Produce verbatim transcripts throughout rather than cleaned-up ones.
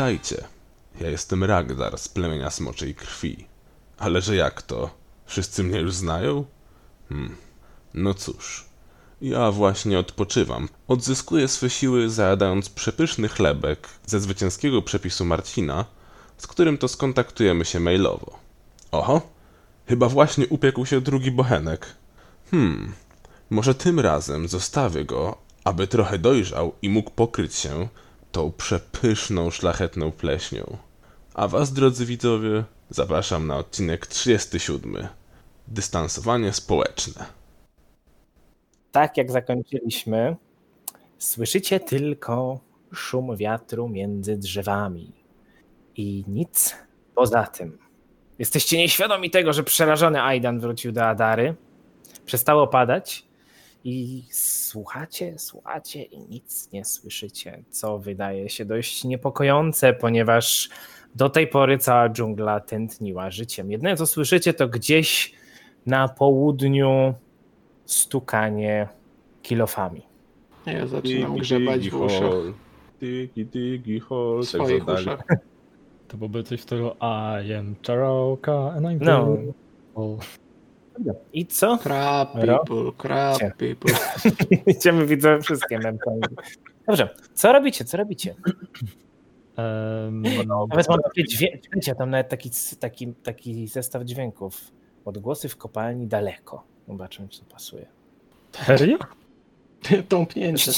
Witajcie, ja jestem Ragdar z plemienia Smoczej Krwi. Ale że jak to? Wszyscy mnie już znają? Hmm, no cóż, ja właśnie odpoczywam. Odzyskuję swe siły zajadając przepyszny chlebek ze zwycięskiego przepisu Marcina, z którym to skontaktujemy się mailowo. Oho, chyba właśnie upiekł się drugi bochenek. Hmm, może tym razem zostawię go, aby trochę dojrzał i mógł pokryć się tą przepyszną, szlachetną pleśnią. A was, drodzy widzowie, zapraszam na odcinek trzydziesty siódmy. Dystansowanie społeczne. Tak jak zakończyliśmy, słyszycie tylko szum wiatru między drzewami i nic poza tym. Jesteście nieświadomi tego, że przerażony Aidan wrócił do Adary. Przestało padać i słuchacie, słuchacie i nic nie słyszycie, co wydaje się dość niepokojące, ponieważ do tej pory cała dżungla tętniła życiem. Jedyne, co słyszycie, to gdzieś na południu stukanie kilofami. Ja zaczynam grzebać w uszach. Digi, digi, hol. W swoich uszach. To byłoby coś w stylu I am Charoka and I'm No. beautiful. I co? Crab Ro? people, crab Cie. people. Idziemy, widzę wszystkie memki. Dobrze, co robicie, co robicie? Um, Nawet mam takie dźwięki, tam nawet taki, taki, taki zestaw dźwięków. Odgłosy w kopalni daleko. Zobaczymy, czy to pasuje. Serio? Tąpnięcie.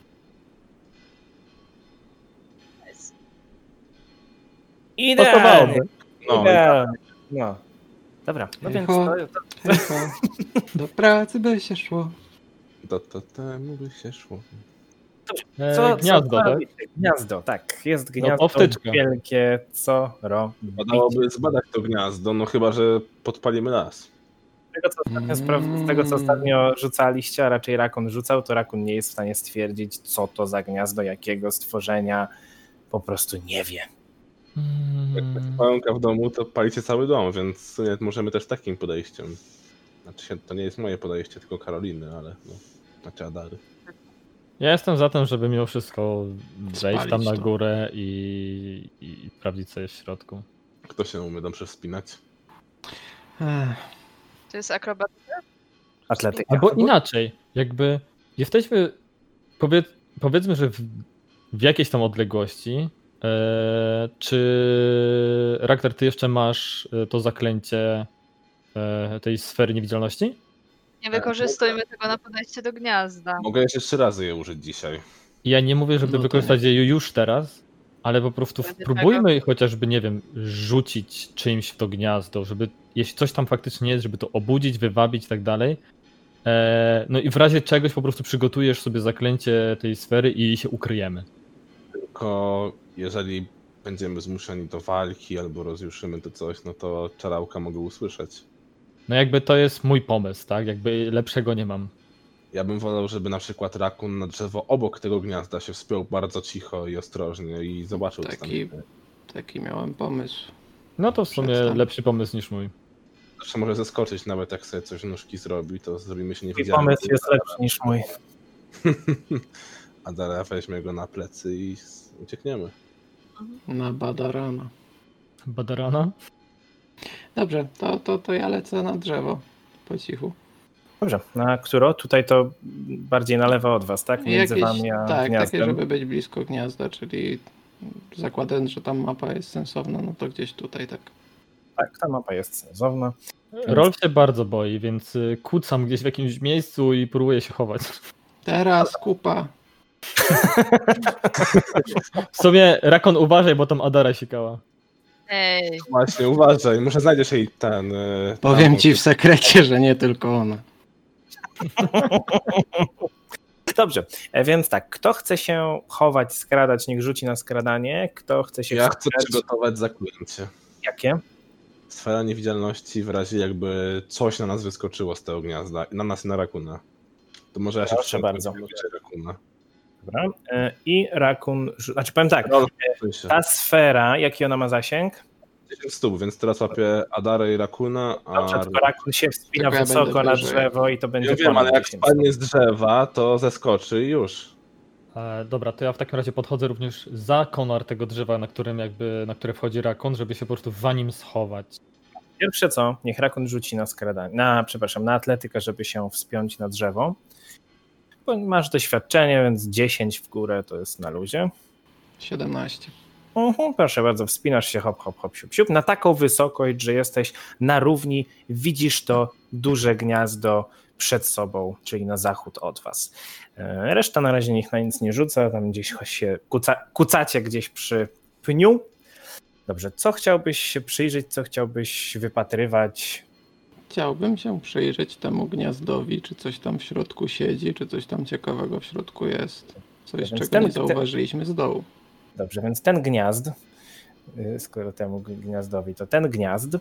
Idealnie. No, Idealnie. No. Dobra, no więc Echo. to, to, Echo. Do pracy by się szło. to, to temu by się szło. E, co, gniazdo, co tak? robicie? Gniazdo, tak. Jest gniazdo owtyczka. wielkie, co robicie? Padałoby zbadać to gniazdo, no chyba, że podpalimy las. Z tego, co ostatnio, spra- z tego, co ostatnio rzucaliście, a raczej Rakun rzucał, to Rakun nie jest w stanie stwierdzić, co to za gniazdo, jakiego stworzenia. Po prostu nie wie. Jak Mm, jest pająka w domu, to palicie cały dom, więc nie, możemy też takim podejściem. Znaczy się, to nie jest moje podejście, tylko Karoliny, ale no, znaczy Adary. ja jestem za tym, żeby mimo wszystko wejść tam Spalić na to. górę i, i sprawdzić, co jest w środku. Kto się umie dobrze wspinać? Ech. To jest akrobatyka? Atletyka. Albo inaczej, jakby jesteśmy, powiedz, powiedzmy, że w, w jakiejś tam odległości, e, czy Ragnar, ty jeszcze masz e, to zaklęcie e, tej sfery niewidzialności? Nie wykorzystujmy tego na podejście do gniazda. Mogę jeszcze raz je użyć dzisiaj. I ja nie mówię, żeby No to wykorzystać je już teraz, ale po prostu Będzie spróbujmy chociażby, nie wiem, rzucić czymś w to gniazdo, żeby jeśli coś tam faktycznie jest, żeby to obudzić, wywabić i tak dalej. E, no i w razie czegoś po prostu przygotujesz sobie zaklęcie tej sfery i się ukryjemy. Tylko jeżeli będziemy zmuszeni do walki albo rozjuszymy to coś, no to czarałka mogę usłyszeć. No jakby to jest mój pomysł, tak? Jakby lepszego nie mam. Ja bym wolał, żeby na przykład rakun na drzewo obok tego gniazda się wspiął bardzo cicho i ostrożnie i zobaczył, co tam Taki, jest. taki miałem pomysł. No to w sumie Przedstaw. lepszy pomysł niż mój. Zawsze może zaskoczyć, nawet jak sobie coś nóżki zrobi, to zrobimy się Twój niewidzialni. pomysł jest lepszy niż mój. Adara weźmie go na plecy i uciekniemy. Na badarana. Badarana? Dobrze, to, to, to ja lecę na drzewo. Po cichu. Dobrze, na którą? Tutaj to bardziej na lewo od was, tak? Między Jakieś, wami a tak, gniazdem. takie, żeby być blisko gniazda, czyli zakładając, że tam mapa jest sensowna, no to gdzieś tutaj tak. Tak, ta mapa jest sensowna. Rolf się bardzo boi, więc y, kucam gdzieś w jakimś miejscu i próbuję się chować. Teraz kupa. W sumie Rakon uważaj, bo tam Adara sikała. Ej, Właśnie, uważaj, może znajdziesz jej ten... e, Powiem tam- ci w sekrecie, że nie tylko ona. Dobrze, e, więc tak, kto chce się chować, skradać, niech rzuci na skradanie. Kto chce się Ja chcę skradać, przygotować zaklęcie. jakie? Sfera niewidzialności w razie jakby coś na nas wyskoczyło z tego gniazda. Na nas i na rakuna. To może ja się Proszę przygotuję bardzo. do bicia rakuna. Dobra. E, I Rakun, rzu- znaczy powiem tak, No, się. ta sfera, jaki ona ma zasięg? dziesięć stóp, więc teraz łapię Adarę i rakuna, a... Dobrze, tylko Rakun się wspina Tylko ja wysoko będę na wyżej. drzewo i to będzie Ja wiem, ale ponad jak dziesięć spadnie z drzewa, to zeskoczy i już. E, dobra, to ja w takim razie podchodzę również za konar tego drzewa, na którym jakby, na które wchodzi Rakon, żeby się po prostu za nim schować. Pierwsze co, niech Rakon rzuci na skradanie, na, przepraszam, na atletykę, żeby się wspiąć na drzewo. Bo masz doświadczenie, więc dziesięć w górę to jest na luzie. siedemnaście. Uh-huh, proszę bardzo, wspinasz się hop, hop, hop, siup, siup, na taką wysokość, że jesteś na równi, widzisz to duże gniazdo przed sobą, czyli na zachód od was. Reszta na razie niech na nic nie rzuca, tam gdzieś się kuca, kucacie gdzieś przy pniu. Dobrze, co chciałbyś się przyjrzeć, co chciałbyś wypatrywać? Chciałbym się przyjrzeć temu gniazdowi, czy coś tam w środku siedzi, czy coś tam ciekawego w środku jest. Coś, Więc czego ten- nie zauważyliśmy z dołu. Dobrze, więc ten gniazd, y, skoro temu gniazdowi, to ten gniazd,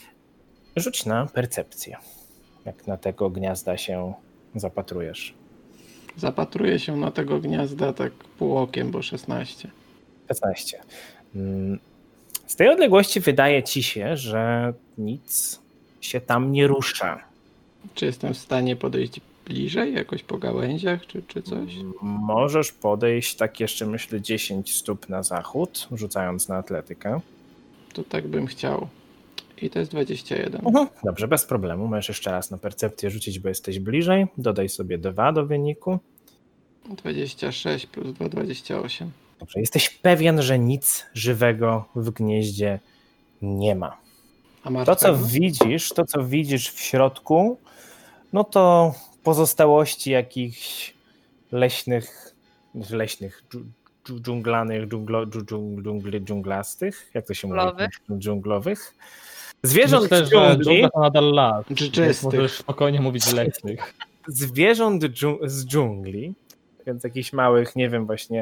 rzuć na percepcję. Jak na tego gniazda się zapatrujesz. Zapatruję się na tego gniazda tak pół okiem, bo szesnaście. szesnaście. Mm, Z tej odległości wydaje ci się, że nic się tam nie rusza. Czy jestem w stanie podejść bliżej, jakoś po gałęziach, czy, czy coś? Możesz podejść tak jeszcze myślę dziesięć stóp na zachód, rzucając na atletykę. To tak bym chciał. I to jest dwadzieścia jeden. Mhm. Dobrze, bez problemu. Możesz jeszcze raz na percepcję rzucić, bo jesteś bliżej. Dodaj sobie dwa do wyniku. dwadzieścia sześć plus dwa, dwadzieścia osiem. Dobrze, jesteś pewien, że nic żywego w gnieździe nie ma. A To, co martwego? widzisz, to, co widzisz w środku, no to pozostałości jakichś leśnych, leśnych, dżu- dżu- dżunglanych, dżunglo, dżu- dżung- dżungli, dżunglastych, jak to się mówi? Dżunglowych. Dżunglowych. Zwierząt Myślę, z że dżungli, dżungla to nadal las. Więc Dżdżystych. możesz spokojnie mówić leśnych. zwierząt dżu- z dżungli, więc jakichś małych, nie wiem, właśnie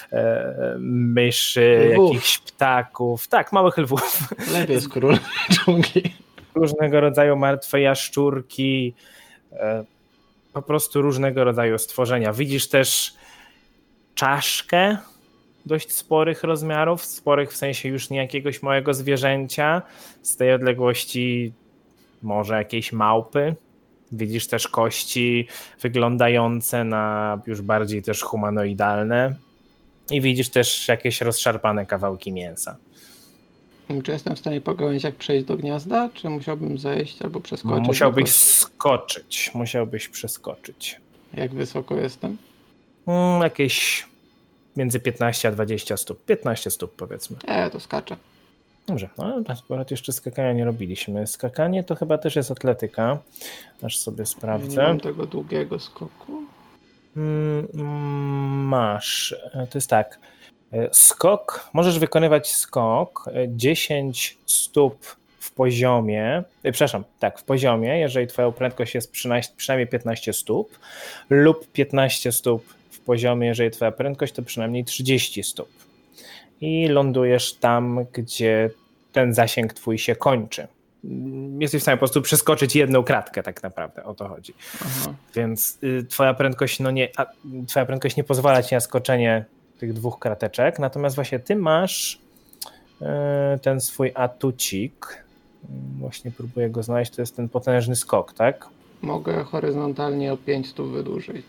e, myszy, Lwów. jakichś ptaków, tak, małych lwów, Lew jest król dżungli. różnego rodzaju martwe jaszczurki, e, po prostu różnego rodzaju stworzenia. Widzisz też czaszkę dość sporych rozmiarów, sporych w sensie już nie jakiegoś małego zwierzęcia, z tej odległości może jakiejś małpy. Widzisz też kości wyglądające na już bardziej też humanoidalne i widzisz też jakieś rozszarpane kawałki mięsa. Czy jestem w stanie po gałęziach przejść do gniazda, czy musiałbym zejść albo przeskoczyć? Musiałbyś jakoś? skoczyć, musiałbyś przeskoczyć. Jak wysoko jestem? Mm, jakieś między piętnaście a dwadzieścia stóp. piętnaście stóp powiedzmy. E, to skaczę. Dobrze, no akurat jeszcze skakania nie robiliśmy. Skakanie to chyba też jest atletyka. Aż sobie Nie sprawdzę. mam tego długiego skoku. Mm, Masz. To jest tak. Skok, możesz wykonywać skok dziesięć stóp w poziomie, e, przepraszam, tak, w poziomie, jeżeli twoja prędkość jest przynajmniej, przynajmniej piętnaście stóp, lub piętnaście stóp w poziomie, jeżeli twoja prędkość to przynajmniej trzydzieści stóp. I lądujesz tam, gdzie ten zasięg twój się kończy. Jesteś w stanie po prostu przeskoczyć jedną kratkę, tak naprawdę, o to chodzi. Aha. Więc y, twoja prędkość, no nie, a, twoja prędkość nie pozwala ci na skoczenie tych dwóch krateczek, natomiast właśnie ty masz y, ten swój atucik. Y, Właśnie próbuję go znaleźć, to jest ten potężny skok, tak? Mogę horyzontalnie o pięć stóp wydłużyć.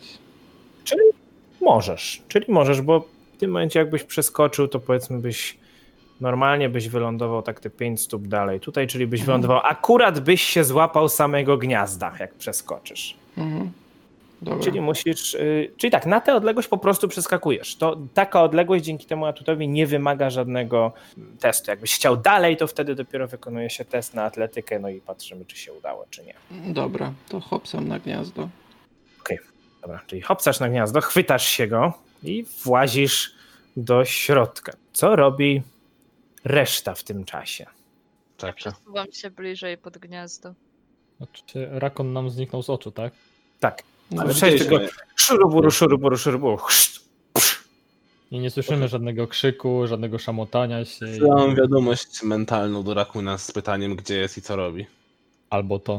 Możesz, czyli możesz, bo w tym momencie jakbyś przeskoczył, to powiedzmy byś normalnie byś wylądował tak te pięć stóp dalej tutaj, czyli byś wylądował, akurat byś się złapał samego gniazda, jak przeskoczysz. Mhm. Dobra. Czyli musisz, y, czyli tak, na tę odległość po prostu przeskakujesz. To taka odległość dzięki temu atutowi nie wymaga żadnego testu. Jakbyś chciał dalej, to wtedy dopiero wykonuje się test na atletykę, no i patrzymy, czy się udało, czy nie. Dobra, to hopsam na gniazdo. Dobra, czyli hopsasz na gniazdo, chwytasz się go i włazisz do środka. Co robi reszta w tym czasie? Czeka. Przesuwam się bliżej pod gniazdo. Znaczy, Rakon nam zniknął z oczu, tak? Tak, No, ale widzieliśmy. przecież tego szuruburu, szuruburu, szuruburu, chrzt. I nie słyszymy żadnego krzyku, żadnego szamotania się. i- Mam wiadomość mentalną do Rakuna z pytaniem, gdzie jest i co robi. Albo to.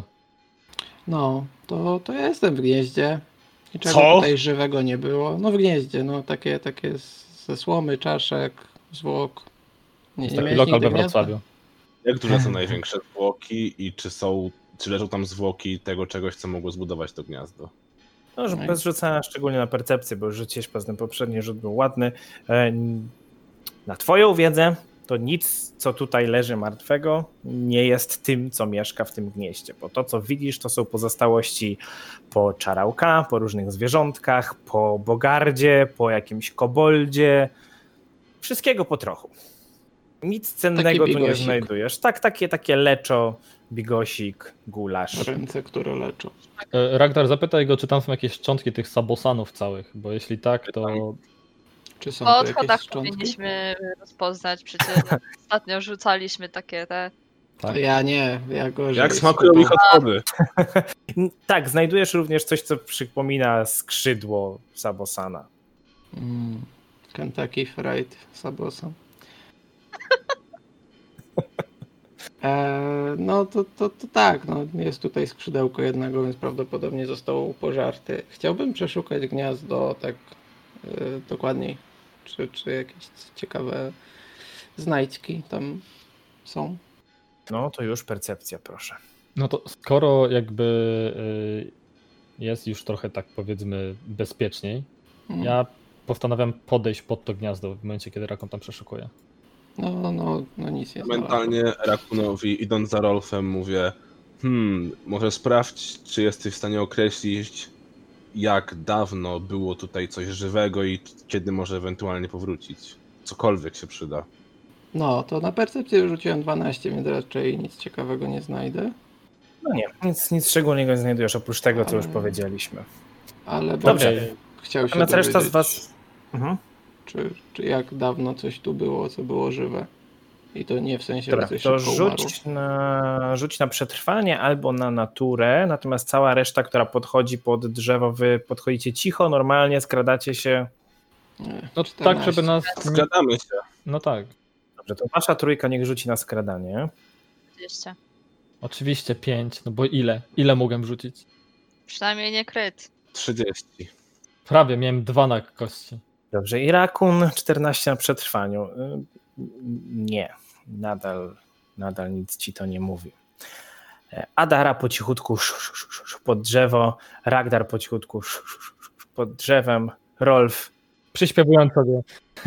no to, to ja jestem w gnieździe. Niczego Co? tutaj żywego nie było. No w gnieździe, no takie, takie z- ze słomy, czaszek, zwłok. Nie, Jest nie taki miałeś lokal nigdy we gniazda? Wrocławiu. Jak duże są największe zwłoki i czy są, czy leżą tam zwłoki tego czegoś, co mogło zbudować to gniazdo? No, że No i- bez rzucania szczególnie na percepcję, bo już rzuciłeś, poza tym poprzedni rzut był ładny. E, Na twoją wiedzę to nic, co tutaj leży martwego, nie jest tym, co mieszka w tym gnieździe, bo to, co widzisz, to są pozostałości po czarałka, po różnych zwierzątkach, po bogardzie, po jakimś koboldzie, wszystkiego po trochu. Nic cennego tu nie bigosik. znajdujesz. Tak, takie, takie leczo, bigosik, gulasz. Ręce, które leczą. E, Ragnar, zapytaj go, czy tam są jakieś szczątki tych sabosanów całych, bo jeśli tak, to Czy są Po tu jakieś odchodach szczątki? powinniśmy rozpoznać, przecież ostatnio rzucaliśmy takie te... To ja nie, ja gorzej. Jak smakują ich odchody? Tak, znajdujesz również coś, co przypomina skrzydło Sabosana. Mm, Kentucky Fried Sabosa. E, no to, to, to tak, no, jest tutaj skrzydełko jednego, więc prawdopodobnie został pożarty. Chciałbym przeszukać gniazdo tak e, dokładniej, czy, czy jakieś ciekawe znajdźki tam są. No to już percepcja, proszę. no to skoro jakby y, jest już trochę tak powiedzmy bezpieczniej, Mm. ja postanawiam podejść pod to gniazdo w momencie, kiedy Rakon tam przeszukuje. No, no, no nic nie znalazłem. Mentalnie Rakunowi, idąc za Rolfem, mówię hmm, może sprawdź, czy jesteś w stanie określić, jak dawno było tutaj coś żywego i kiedy może ewentualnie powrócić. Cokolwiek się przyda. No, to na percepcję rzuciłem dwanaście, więc raczej nic ciekawego nie znajdę. No nie, nic, nic szczególnego nie znajdujesz, oprócz tego, co już Ale- powiedzieliśmy. Ale Dobrze. bym chciał się Natomiast reszta z dowiedzieć, was... Mhm. Czy, czy jak dawno coś tu było, co było żywe. I to nie w sensie, Dobra, że coś to szybko umarło. rzuć na, rzuć na przetrwanie albo na naturę, natomiast cała reszta, która podchodzi pod drzewo, wy podchodzicie cicho, normalnie, skradacie się. Nie, No czternaście. tak, żeby nas... Nie... Zgadamy się. No tak. Dobrze, to wasza trójka niech rzuci na skradanie. dwadzieścia. Oczywiście pięć, no bo ile? Ile mogłem rzucić? Przynajmniej nie kryt. trzydzieści. Prawie, miałem dwa na kości. Dobrze, i Rakun czternaście na przetrwaniu. Y, Nie, nadal, nadal nic ci to nie mówi. E, Adara po cichutku sz, sz, sz, sz, pod drzewo, Ragnar po cichutku sz, sz, sz, sz, pod drzewem, Rolf. Przyśpiewując sobie.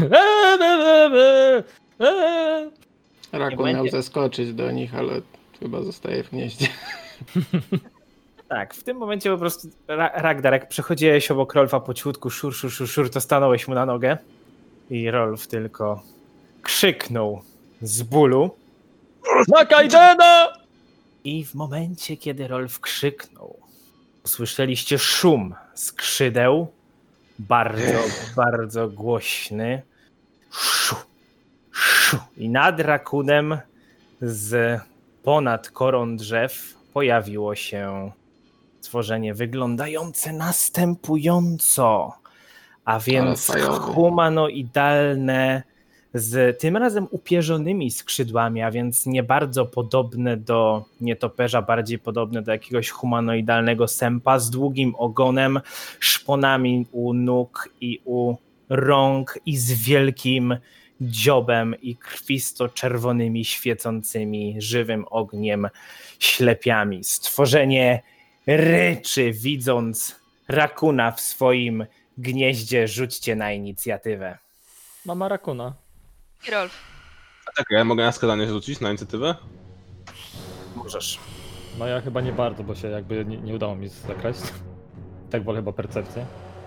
Rakun Nie miał będzie. zeskoczyć do nich, ale chyba zostaje w gnieździe. Tak, w tym momencie po prostu Ra- Ragnar, jak przechodziłeś obok Rolfa po cichutku, szur, szur, szur, szur, to stanąłeś mu na nogę i Rolf tylko krzyknął z bólu. Na Kaidena! I w momencie, kiedy Rolf krzyknął, usłyszeliście szum skrzydeł, bardzo, bardzo głośny. Szu, szu. I nad Rakunem z ponad koron drzew pojawiło się stworzenie wyglądające następująco, a więc fajowy. humanoidalne, z tym razem upierzonymi skrzydłami, a więc nie bardzo podobne do nietoperza, bardziej podobne do jakiegoś humanoidalnego sępa z długim ogonem, szponami u nóg i u rąk i z wielkim dziobem i krwisto-czerwonymi, świecącymi żywym ogniem ślepiami. Stworzenie ryczy, widząc Rakuna w swoim gnieździe. Rzućcie na inicjatywę. Mama Rakuna. I Rolf. A tak, ja mogę na skazanie rzucić na inicjatywę? Możesz. No ja chyba nie bardzo, bo się jakby nie, nie udało mi zakraść. Tak wolę chyba percepcję.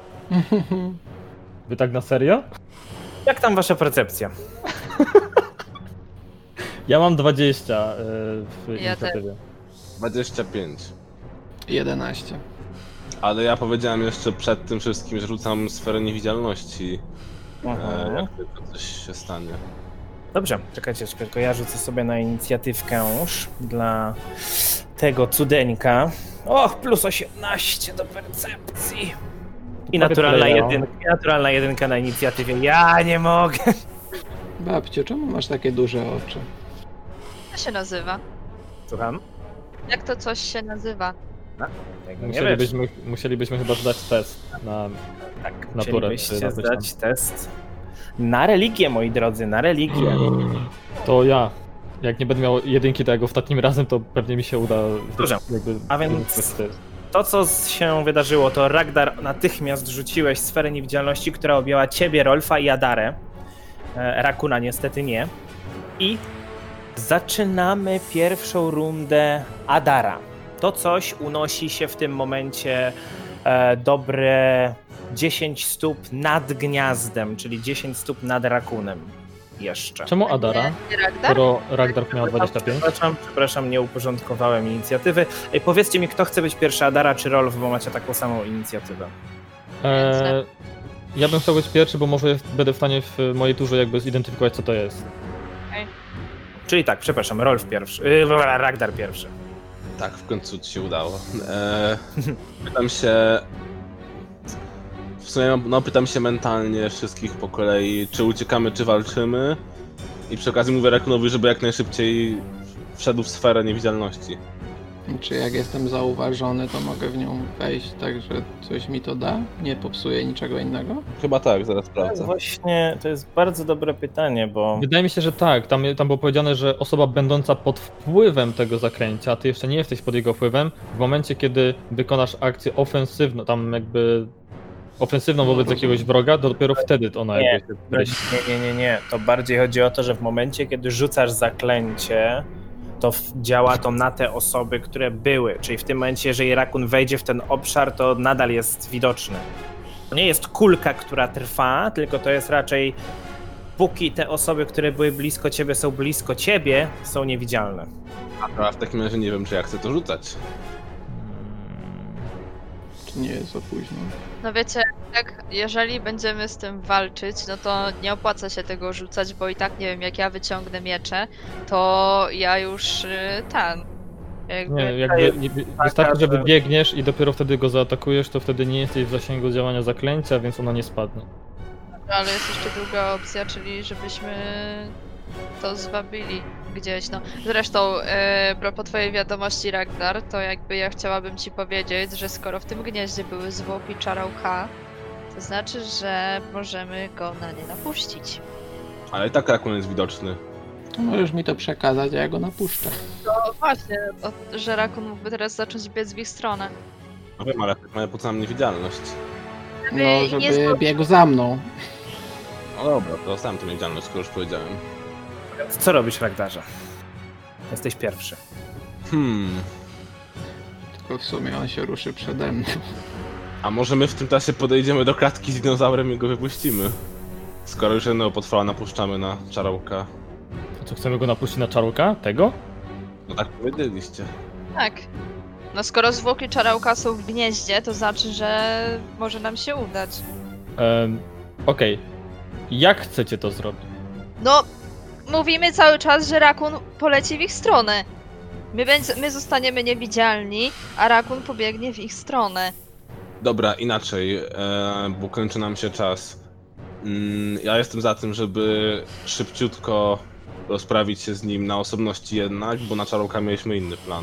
Wy tak na serio? Jak tam wasza percepcja? Ja mam dwadzieścia y, w Ja inicjatywie. dwadzieścia pięć. jedenaście. Ale ja powiedziałem jeszcze przed tym wszystkim, że rzucam sferę niewidzialności, e, jak tylko coś się stanie. Dobrze, czekajcie, tylko ja rzucę sobie na inicjatywkę już dla tego cudeńka. O, plus osiemnaście do percepcji. I naturalna Leo. jedynka, i naturalna jedynka na inicjatywie. Ja nie mogę. Babciu, czemu masz takie duże oczy? Jak to się nazywa? Słucham? Jak to coś się nazywa? Tego nie wiesz. Musielibyśmy, musielibyśmy chyba zdać test na Tak, naturę, musielibyście czy na zdać test na religię, moi drodzy, na religię. To ja. Jak nie będę miał jedynki tak jak ostatnim razem, to pewnie mi się uda. Dobrze. Jakby A więc- test. to co się wydarzyło, to Ragnar natychmiast rzuciłeś sferę niewidzialności, która objęła ciebie, Rolfa i Adarę. E, Rakuna niestety nie. I zaczynamy pierwszą rundę Adara. To coś unosi się w tym momencie e, dobre dziesięć stóp nad gniazdem, czyli dziesięć stóp nad Rakunem jeszcze. Czemu Adara? Nie, nie Ragnar? Skoro Ragnar miał dwadzieścia pięć? Przepraszam, przepraszam, nie uporządkowałem inicjatywy. Ej, powiedzcie mi, kto chce być pierwszy, Adara czy Rolf, bo macie taką samą inicjatywę. Eee, ja bym chciał być pierwszy, bo może będę w stanie w mojej turze jakby zidentyfikować, co to jest. Czyli tak, przepraszam, Rolf pierwszy, yy, Ragnar pierwszy. Tak, w końcu ci się udało. Eee, pytam się... W sumie, no pytam się mentalnie wszystkich po kolei, czy uciekamy, czy walczymy. I przy okazji mówię Rakunowi, żeby jak najszybciej wszedł w sferę niewidzialności. Czy jak jestem zauważony, to mogę w nią wejść tak, że coś mi to da? Nie popsuje niczego innego? Chyba tak, zaraz To sprawdzę. właśnie, to jest bardzo dobre pytanie, bo... Wydaje mi się, że tak. Tam, tam było powiedziane, że osoba będąca pod wpływem tego zaklęcia, a ty jeszcze nie jesteś pod jego wpływem, w momencie kiedy wykonasz akcję ofensywną, tam jakby ofensywną wobec jakiegoś wroga, to dopiero wtedy to ona Nie. jakby się wreszcie. Nie, nie, nie, nie. To bardziej chodzi o to, że w momencie, kiedy rzucasz zaklęcie, to w- działa to na te osoby, które były. Czyli w tym momencie, jeżeli Rakun wejdzie w ten obszar, to nadal jest widoczny. To nie jest kulka, która trwa, tylko to jest raczej póki te osoby, które były blisko ciebie, są blisko ciebie, są niewidzialne. A w takim razie nie wiem, czy ja chcę to rzucać. Czy nie jest za późno? No wiecie, tak, jeżeli będziemy z tym walczyć, no to nie opłaca się tego rzucać, bo i tak nie wiem, jak ja wyciągnę miecze, to ja już y, ten. Jakby... Nie, jakby nie- wystarczy, że wybiegniesz i dopiero wtedy go zaatakujesz, to wtedy nie jesteś w zasięgu działania zaklęcia, więc ona nie spadnie. Ale jest jeszcze druga opcja, czyli żebyśmy to zwabili gdzieś, no. Zresztą, e, propos twojej wiadomości, Ragnar, to jakby ja chciałabym ci powiedzieć, że skoro w tym gnieździe były zwłoki Czarauka, to znaczy, że możemy go na nie napuścić. Ale i tak Rakun jest widoczny. Możesz mi to przekazać, a ja go napuszczę. No właśnie, o, że Rakun mógłby teraz zacząć biec w ich stronę. No wiem, ale mają po co nam niewidzialność. No, nie żeby zdo- biegł za mną. No dobra, to sam tę niewidzialność, skoro już powiedziałem. Co robisz, Ragdarze? Jesteś pierwszy. Hmm... Tylko w sumie on się ruszy przede mną. A może my w tym czasie podejdziemy do klatki z dinozaurem i go wypuścimy? Skoro już jednego potwora napuszczamy na Czarauka. To co, chcemy go napuścić na Czaruka? Tego? No tak powiedzieliście. Tak. No skoro zwłoki Czarauka są w gnieździe, to znaczy, że może nam się udać. Um, Okej. Jak chcecie to zrobić? No, mówimy cały czas, że Rakun poleci w ich stronę. My, będzie, my zostaniemy niewidzialni, a Rakun pobiegnie w ich stronę. Dobra, inaczej, e, bo kończy nam się czas. Mm, ja jestem za tym, żeby szybciutko rozprawić się z nim na osobności jednak, bo na Czarauka mieliśmy inny plan.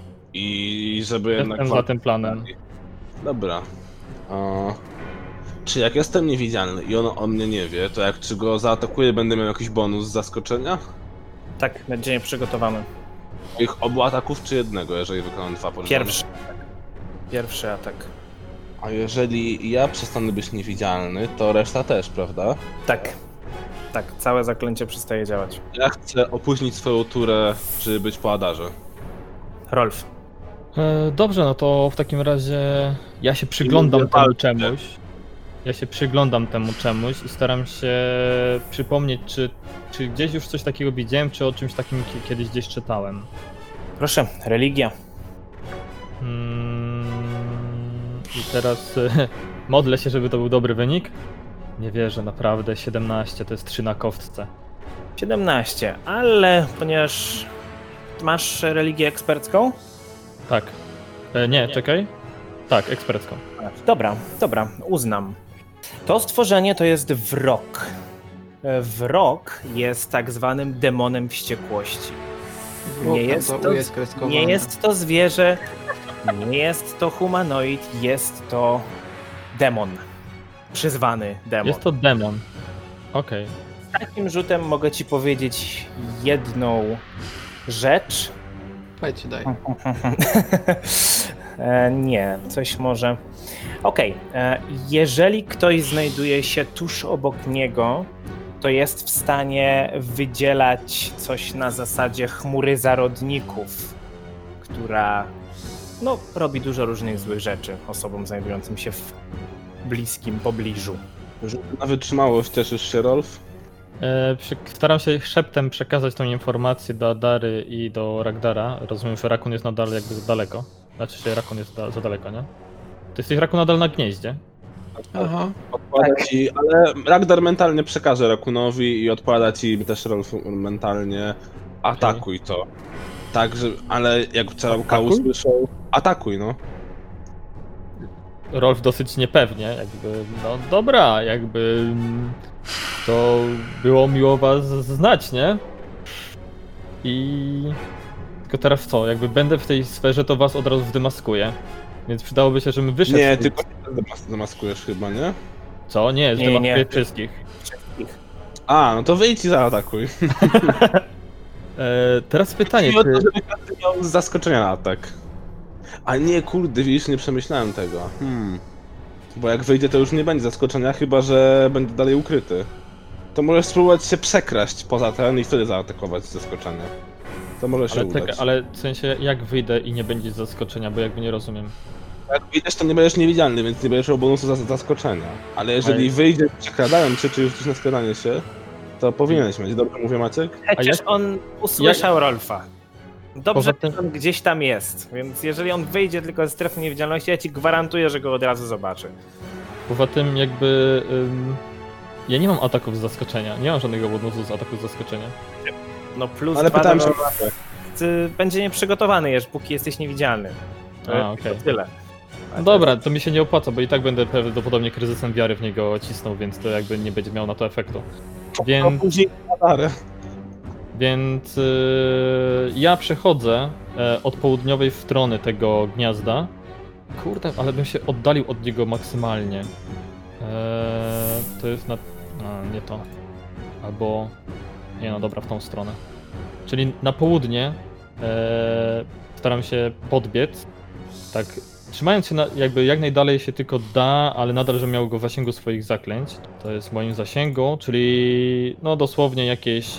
I żeby jednak... Jestem za tym planem. Dobra. O, czy jak jestem niewidzialny i on o mnie nie wie, to jak czy go zaatakuję, będę miał jakiś bonus z zaskoczenia? Tak, będzie nieprzygotowany. Ich obu ataków, czy jednego, jeżeli wykonam dwa pożyczone? Pierwszy. Pierwszy atak. A jeżeli ja przestanę być niewidzialny, to reszta też, prawda? Tak. Tak, całe zaklęcie przestaje działać. Ja chcę opóźnić swoją turę, żeby być po Adarze. Rolf. E, dobrze, no to w takim razie ja się przyglądam mówię, temu walczcie. czemuś. Ja się przyglądam temu czemuś i staram się przypomnieć, czy, czy gdzieś już coś takiego widziałem, czy o czymś takim ki- kiedyś gdzieś czytałem. Proszę, religia. Mm, I teraz e, modlę się, żeby to był dobry wynik. Nie wierzę, naprawdę, siedemnaście to jest trzy na kostce. siedemnaście, ale ponieważ masz religię ekspercką? Tak. E, nie, czekaj. Tak, ekspercką. Dobra, dobra, uznam. To stworzenie to jest wrok. Wrok jest tak zwanym demonem wściekłości. Nie jest to to, jest kreskowane. nie jest to zwierzę, nie jest to humanoid, jest to demon. Przyzwany demon. Jest to demon. Okej. Takim rzutem mogę ci powiedzieć jedną rzecz. Powiedz, daj. E, nie, coś może... Okej, e, jeżeli ktoś znajduje się tuż obok niego, to jest w stanie wydzielać coś na zasadzie chmury zarodników, która no, robi dużo różnych złych rzeczy osobom znajdującym się w bliskim pobliżu. Na wytrzymałość cieszysz się, Rolf? E, przy, staram się szeptem przekazać tą informację do Adary i do Ragdara. Rozumiem, że Rakun jest nadal jakby za daleko. Znaczy się Rakun jest da, za daleko, nie? Ty jesteś Rakun nadal na gnieździe. Aha. Odpowiada ci, ale Ragdar mentalnie przekaże Rakunowi i odpowiada ci też Rolf mentalnie. Atakuj to. Tak, że, ale jak Czarałka Atakuj? usłyszał, atakuj no. Rolf dosyć niepewnie, jakby, no dobra, jakby mm, to było miło was znać, nie? I tylko teraz co, jakby będę w tej sferze, to was od razu zdemaskuję. Więc przydałoby się, żebym wyszedł. Nie, z tej- tylko ty zamaskujesz chyba, nie? Co? Nie, Nie, zdemaskuję nie. wszystkich. Wszystkich. A, no to wyjdź i zaatakuj. E, teraz pytanie, I o to, czy... żeby każdy miał z zaskoczenia na atak. A nie, kurde, widzisz, nie przemyślałem tego. Hmm. Bo jak wyjdzie, to już nie będzie zaskoczenia, chyba że będzie dalej ukryty. To możesz spróbować się przekraść poza ten i wtedy zaatakować z zaskoczenia. To może się Ale, udać. czekaj, ale w sensie jak wyjdę i nie będzie zaskoczenia, bo jakby nie rozumiem. Jak wyjdziesz, to nie będziesz niewidzialny, więc nie będziesz miał bonusu za za zaskoczenia. Ale jeżeli Ale- wyjdziesz przekradając się, czy już na skradanie się, to powinieneś mieć. Dobrze mówię, Maciek? Przecież jak- on usłyszał Rolfa. Dobrze, Poza tym- że on gdzieś tam jest, więc jeżeli on wyjdzie tylko ze strefy niewidzialności, ja ci gwarantuję, że go od razu zobaczy. Poza tym jakby... Ym, ja nie mam ataków z zaskoczenia, nie mam żadnego bonusu z ataku z zaskoczenia. No plus Ale dwa pytałem do- się o Maciek. ty będzie nieprzygotowany, jeszcze póki jesteś niewidzialny. To A, jest okej. tyle. No dobra, to mi się nie opłaca, bo i tak będę prawdopodobnie kryzysem wiary w niego cisnął, więc to jakby nie będzie miało na to efektu. To Więc, później radarę. więc yy, ja przechodzę e, od południowej strony tego gniazda. Kurde, ale bym się oddalił od niego maksymalnie. Eee, to jest na... A, nie to. Albo... Nie no, dobra, w tą stronę. Czyli na południe e, staram się podbiec. Tak, trzymając się na, jakby jak najdalej się tylko da, ale nadal, że miał go w zasięgu swoich zaklęć. To jest w moim zasięgu, czyli no dosłownie jakieś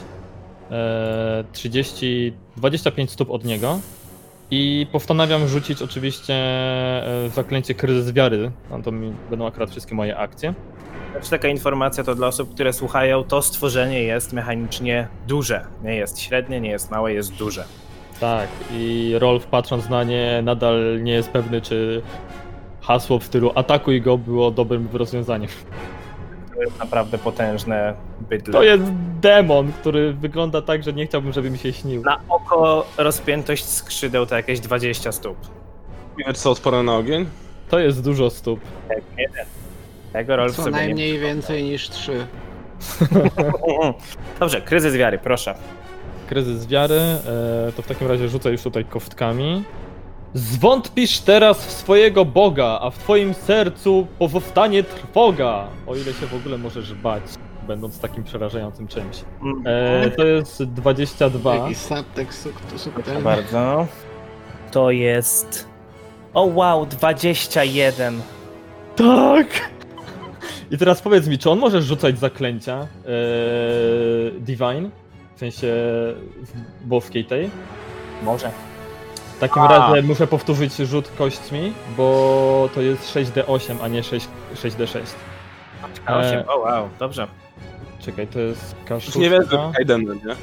e, trzydzieści, dwadzieścia pięć stóp od niego. I postanawiam rzucić oczywiście e, zaklęcie kryzys wiary. No to mi będą akurat wszystkie moje akcje. Znaczy, taka informacja to dla osób, które słuchają, to stworzenie jest mechanicznie duże. Nie jest średnie, nie jest małe, jest duże. Tak, i Rolf patrząc na nie nadal nie jest pewny, czy hasło w stylu atakuj go było dobrym rozwiązaniem. To jest naprawdę potężne bydle. To jest demon, który wygląda tak, że nie chciałbym, żeby mi się śnił. Na oko rozpiętość skrzydeł to jakieś dwadzieścia stóp. Wiesz co, odporne na ogień? To jest dużo stóp. Jak nie, tego Rolf Co sobie najmniej więcej niż trzy. nie... Dobrze, kryzys wiary, proszę. Kryzys wiary, e, to w takim razie rzucę już tutaj kostkami. Zwątpisz teraz w swojego Boga, a w twoim sercu pozostanie trwoga, o ile się w ogóle możesz bać, będąc takim przerażającym czymś. E, to jest dwadzieścia dwa. Jakiś subtekst suk- Proszę subtelny. bardzo. To jest... O wow, dwadzieścia jeden. Tak! I teraz powiedz mi, czy on może rzucać zaklęcia e, Divine? W sensie w boskiej tej? Może. W takim A. razie muszę powtórzyć rzut kośćmi, bo to jest sześć d osiem, a nie sześć d sześć. osiem. E, O wow, dobrze. Czekaj, to jest K Już nie wiem, że szóstka. Kaidenem, nie?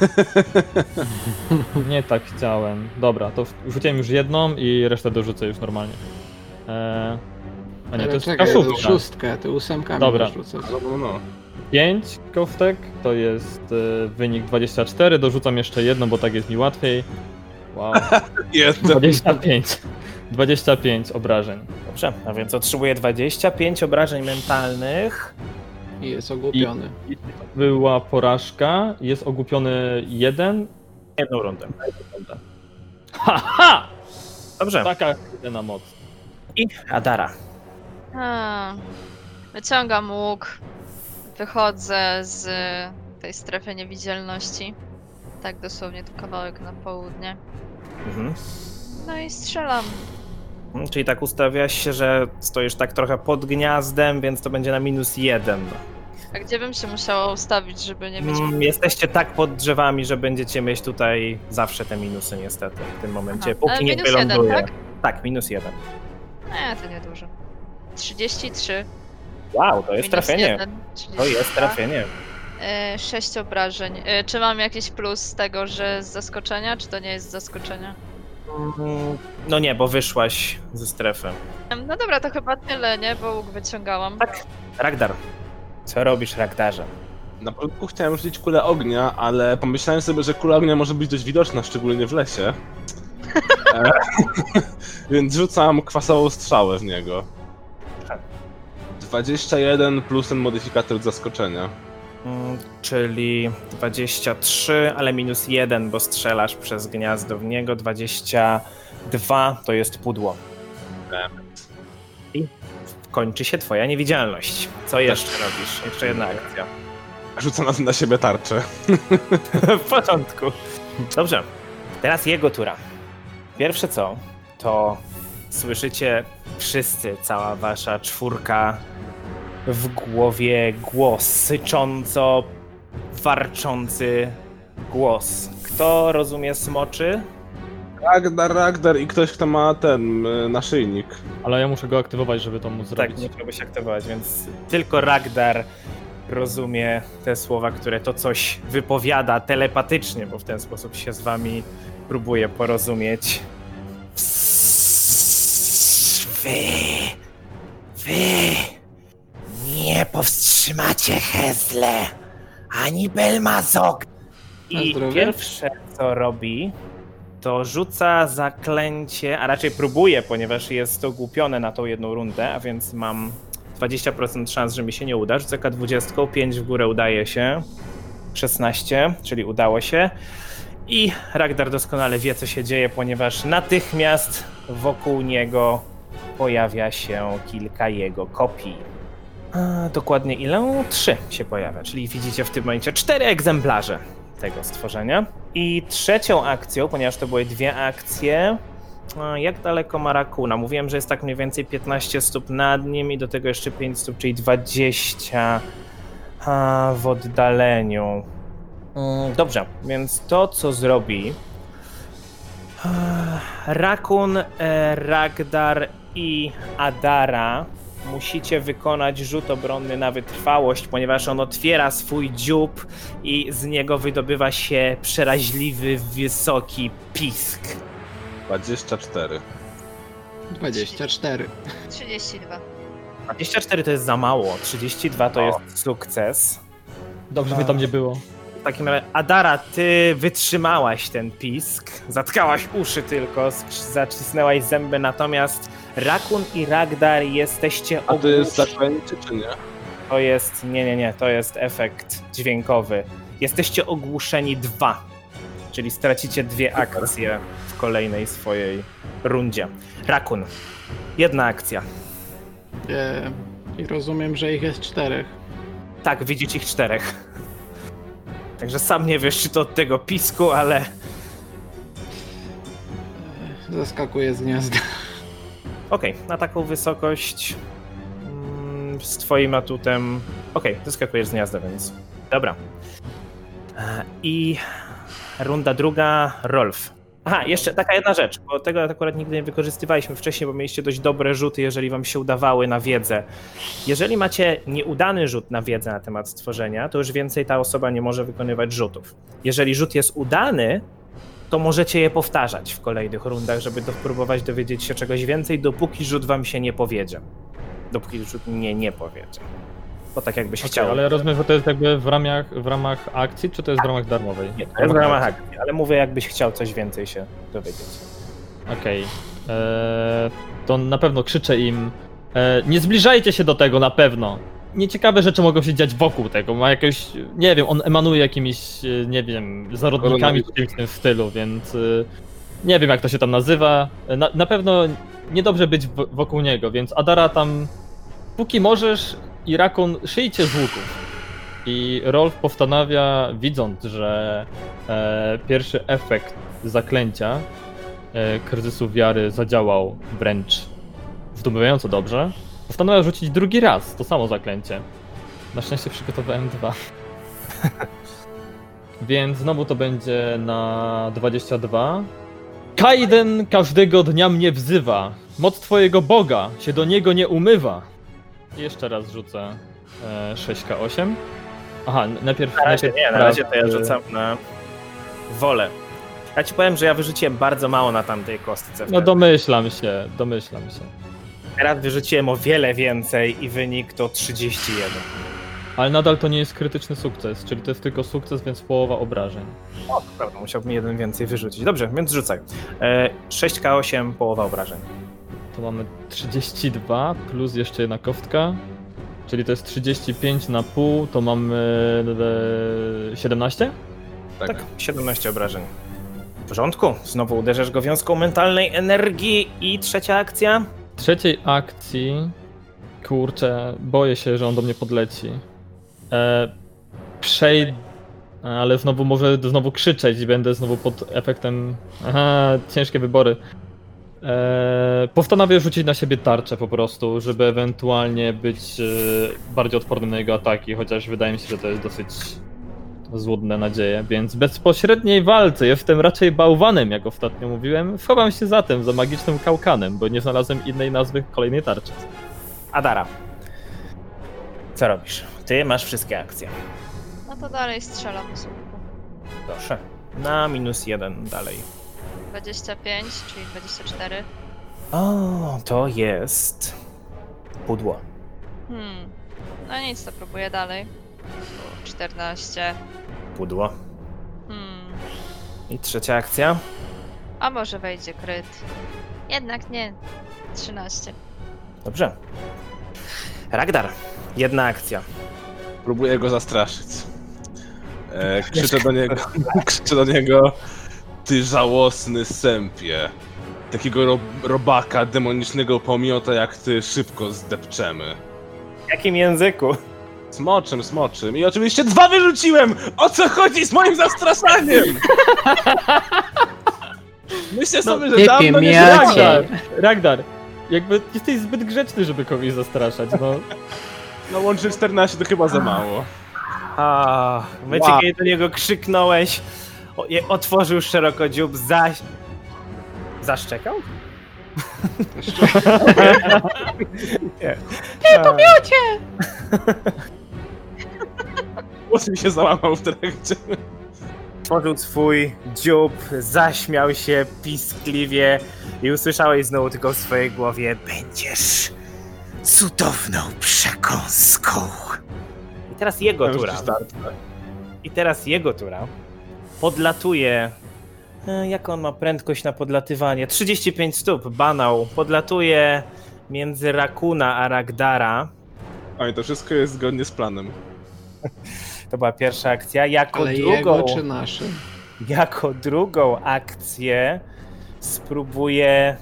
Nie tak chciałem. Dobra, to w- rzuciłem już jedną i resztę dorzucę już normalnie. E, a nie, to Ale jest czekaj, K to szóstka. szóstkę, ty ósemkami Dobra. rzucasz. No, no, no. pięć kostek, to jest e, wynik dwadzieścia cztery, dorzucam jeszcze jedną, bo tak jest mi łatwiej. Wow, Jest. dwadzieścia pięć. dwadzieścia pięć obrażeń. Dobrze, a więc otrzymuję dwadzieścia pięć obrażeń mentalnych. I jest ogłupiony. Była porażka, jest ogłupiony jeden. Jedną rundę. Haha! Dobrze. Taka jedyna moc. I Adara. A, wyciągam łuk. Wychodzę z tej strefy niewidzialności. Tak dosłownie to kawałek na południe. Mhm. No i strzelam. Czyli tak ustawiasz się, że stoisz tak trochę pod gniazdem, więc to będzie na minus jeden. A gdzie bym się musiała ustawić, żeby nie mieć... Mm, Jesteście tak pod drzewami, że będziecie mieć tutaj zawsze te minusy niestety w tym momencie, Aha, póki ale nie minus jeden, wyląduje. tak? Tak, minus jeden. Nie, to niedużo. trzydzieści trzy. Wow, to jest minus trafienie. jeden, To trzydzieści jest dwa. trafienie. E, sześć obrażeń. E, czy mam jakiś plus z tego, że z zaskoczenia, czy to nie jest z zaskoczenia? Mm, No nie, bo wyszłaś ze strefy. Em, No dobra, to chyba tyle, nie? Bo łuk wyciągałam. Tak, Ragdar. Co robisz, Ragdarze? Na początku chciałem rzucić kulę ognia, ale pomyślałem sobie, że kula ognia może być dość widoczna, szczególnie w lesie. E, Więc rzucam kwasową strzałę w niego. dwadzieścia jeden plus ten modyfikator zaskoczenia. Mm, Czyli dwadzieścia trzy, ale minus jeden, bo strzelasz przez gniazdo w niego. dwadzieścia dwa to jest pudło. I kończy się twoja niewidzialność. Co jeszcze robisz? Jeszcze jedna akcja. Rzucam na, na siebie tarczę. W porządku. Dobrze, teraz jego tura. Pierwsze co, to słyszycie wszyscy, cała wasza czwórka, w głowie głos, sycząco warczący głos. Kto rozumie smoczy? Ragdar, Ragdar i ktoś, kto ma ten y, naszyjnik. Ale ja muszę go aktywować, żeby to móc Tak, zrobić. musiałbyś aktywować, więc tylko Ragdar rozumie te słowa, które to coś wypowiada telepatycznie, bo w ten sposób się z wami próbuje porozumieć. Wy, wy nie powstrzymacie Hezle, ani Belmazog. Na I zdrowie. pierwsze co robi, to rzuca zaklęcie, a raczej próbuje, ponieważ jest ogłupione na tą jedną rundę, a więc mam dwadzieścia procent szans, że mi się nie uda. Rzucę K dwadzieścia, pięć w górę udaje się, szesnaście, czyli udało się. I Ragdar doskonale wie, co się dzieje, ponieważ natychmiast wokół niego pojawia się kilka jego kopii. A, dokładnie ile? Trzy się pojawia, czyli widzicie w tym momencie cztery egzemplarze tego stworzenia. I trzecią akcją, ponieważ to były dwie akcje, a jak daleko ma Rakuna? Mówiłem, że jest tak mniej więcej piętnaście stóp nad nim i do tego jeszcze pięć stóp, czyli dwadzieścia a, w oddaleniu. Mm, Dobrze, więc to co zrobi Rakun, e, Ragdar i Adara musicie wykonać rzut obronny na wytrwałość, ponieważ on otwiera swój dziób i z niego wydobywa się przeraźliwy, wysoki pisk. dwadzieścia cztery. dwadzieścia cztery. trzydzieści dwa. dwadzieścia cztery to jest za mało, trzydzieści dwa to jest sukces. Dobrze by tam nie było. W takim razie, Adara, ty wytrzymałaś ten pisk, zatkałaś uszy tylko, sk- zacisnęłaś zęby, natomiast Rakun i Ragdar jesteście A to jest ogłuszeni. zaklęcie, czy nie? To jest, nie, nie, nie, to jest efekt dźwiękowy. Jesteście ogłuszeni dwa, czyli stracicie dwie akcje w kolejnej swojej rundzie. Rakun, jedna akcja. E, I rozumiem, że ich jest czterech. Tak, widzicie ich czterech. Także sam nie wiesz, czy to od tego pisku, ale Zaskakuje z gniazda. okej, na taką wysokość mm, z twoim atutem. Okej, wyskakujesz z gniazda, więc dobra. E, I runda druga, Rolf. Aha, jeszcze taka jedna rzecz, bo tego akurat nigdy nie wykorzystywaliśmy wcześniej, bo mieliście dość dobre rzuty, jeżeli wam się udawały na wiedzę. Jeżeli macie nieudany rzut na wiedzę na temat stworzenia, to już więcej ta osoba nie może wykonywać rzutów. Jeżeli rzut jest udany, to możecie je powtarzać w kolejnych rundach, żeby do, próbować dowiedzieć się czegoś więcej, dopóki rzut wam się nie powiedzie. Dopóki rzut nie nie powiedzie. Bo tak jakbyś Okay, chciał. ale rozumiem, że to jest jakby w ramach, w ramach akcji, czy to jest w ramach darmowej? Nie, to jest w ramach akcji, ale mówię, jakbyś chciał coś więcej się dowiedzieć. Okej. Okay. To na pewno krzyczę im. E, nie zbliżajcie się do tego na pewno. Nieciekawe rzeczy mogą się dziać wokół tego. Ma jakieś, nie wiem, on emanuje jakimiś, e, nie wiem, zarodnikami czy czymś w tym stylu, więc e, nie wiem jak to się tam nazywa. Na, na pewno niedobrze być w, wokół niego, więc Adara tam, póki możesz, i Rakun, szyjcie z łuków. I Rolf postanawia, widząc, że e, pierwszy efekt zaklęcia e, kryzysu wiary zadziałał wręcz zdumiewająco dobrze, postanowił rzucić drugi raz to samo zaklęcie. Na szczęście przygotowałem dwa. Więc znowu to będzie na dwadzieścia dwa. Kaiden każdego dnia mnie wzywa. Moc twojego Boga się do niego nie umywa. I jeszcze raz rzucę e, sześć K osiem. Aha, najpierw... Na razie najpierw nie, na razie to ja prawy- rzucam na wolę. Ja ci powiem, że ja wyrzuciłem bardzo mało na tamtej kostce. No wtedy. domyślam się, domyślam się. Teraz wyrzuciłem o wiele więcej i wynik to trzydzieści jeden. Ale nadal to nie jest krytyczny sukces, czyli to jest tylko sukces, więc połowa obrażeń. O, to prawda, musiałbym jeden więcej wyrzucić. Dobrze, więc rzucaj. E, sześć K osiem, połowa obrażeń. To mamy trzydzieści dwa plus jeszcze jedna kostka, czyli to jest trzydzieści pięć na pół, to mamy e, siedemnaście? Tak, siedemnaście obrażeń. W porządku, znowu uderzasz go wiązką mentalnej energii i trzecia akcja. Trzeciej akcji, kurczę, boję się, że on do mnie podleci. E, przejdę, ale znowu może znowu krzyczeć i będę znowu pod efektem, aha, ciężkie wybory. E, postanowię rzucić na siebie tarczę po prostu, żeby ewentualnie być e, bardziej odpornym na jego ataki, chociaż wydaje mi się, że to jest dosyć złudne nadzieje, więc w bezpośredniej walce jestem raczej bałwanem, jak ostatnio mówiłem. Schowam się zatem za magicznym kałkanem, bo nie znalazłem innej nazwy kolejnej tarczy. Adara. Co robisz? Ty masz wszystkie akcje. No to dalej strzelam z łuku. Proszę. Na minus jeden dalej. dwadzieścia pięć, czyli dwadzieścia cztery. O, to jest pudło. Hmm. No nic, to próbuję dalej. Tu czternaście. Pudło. Hmm. I trzecia akcja. A może wejdzie kryt? Jednak nie. trzynaście. Dobrze. Ragdar. Jedna akcja. Próbuję go zastraszyć. E, krzyczę do niego, krzyczę do niego, ty żałosny sępie. Takiego ro robaka, demonicznego pomiota jak ty szybko zdepczemy. W jakim języku? Smoczym, smoczym. I oczywiście dwa wyrzuciłem! O co chodzi z moim zastraszaniem? Myślę sobie, że typie, dawno nie miacie. grałem. Ragdar, Ragdar, jakby jesteś zbyt grzeczny, żeby kogoś zastraszać, no. No łącznie czternaście to chyba za mało. A, w momencie, Wow. kiedy do niego krzyknąłeś, o, je- otworzył szeroko dziób, zaś... Zaszczekał? Nie. Nie, to miocie! Głos mi się załamał w trakcie. Otworzył swój dziób, zaśmiał się piskliwie i usłyszałeś znowu tylko w swojej głowie: będziesz cudowną przekąską. I teraz jego To już tura. ci starczy. I teraz jego tura. Podlatuje. E, Jak on ma prędkość na podlatywanie? trzydzieści pięć stóp, banał. Podlatuje między Rakuna a Ragdara. Oj, to wszystko jest zgodnie z planem. To była pierwsza akcja. Jako Ale drugą, jego czy naszy? jako drugą akcję spróbuje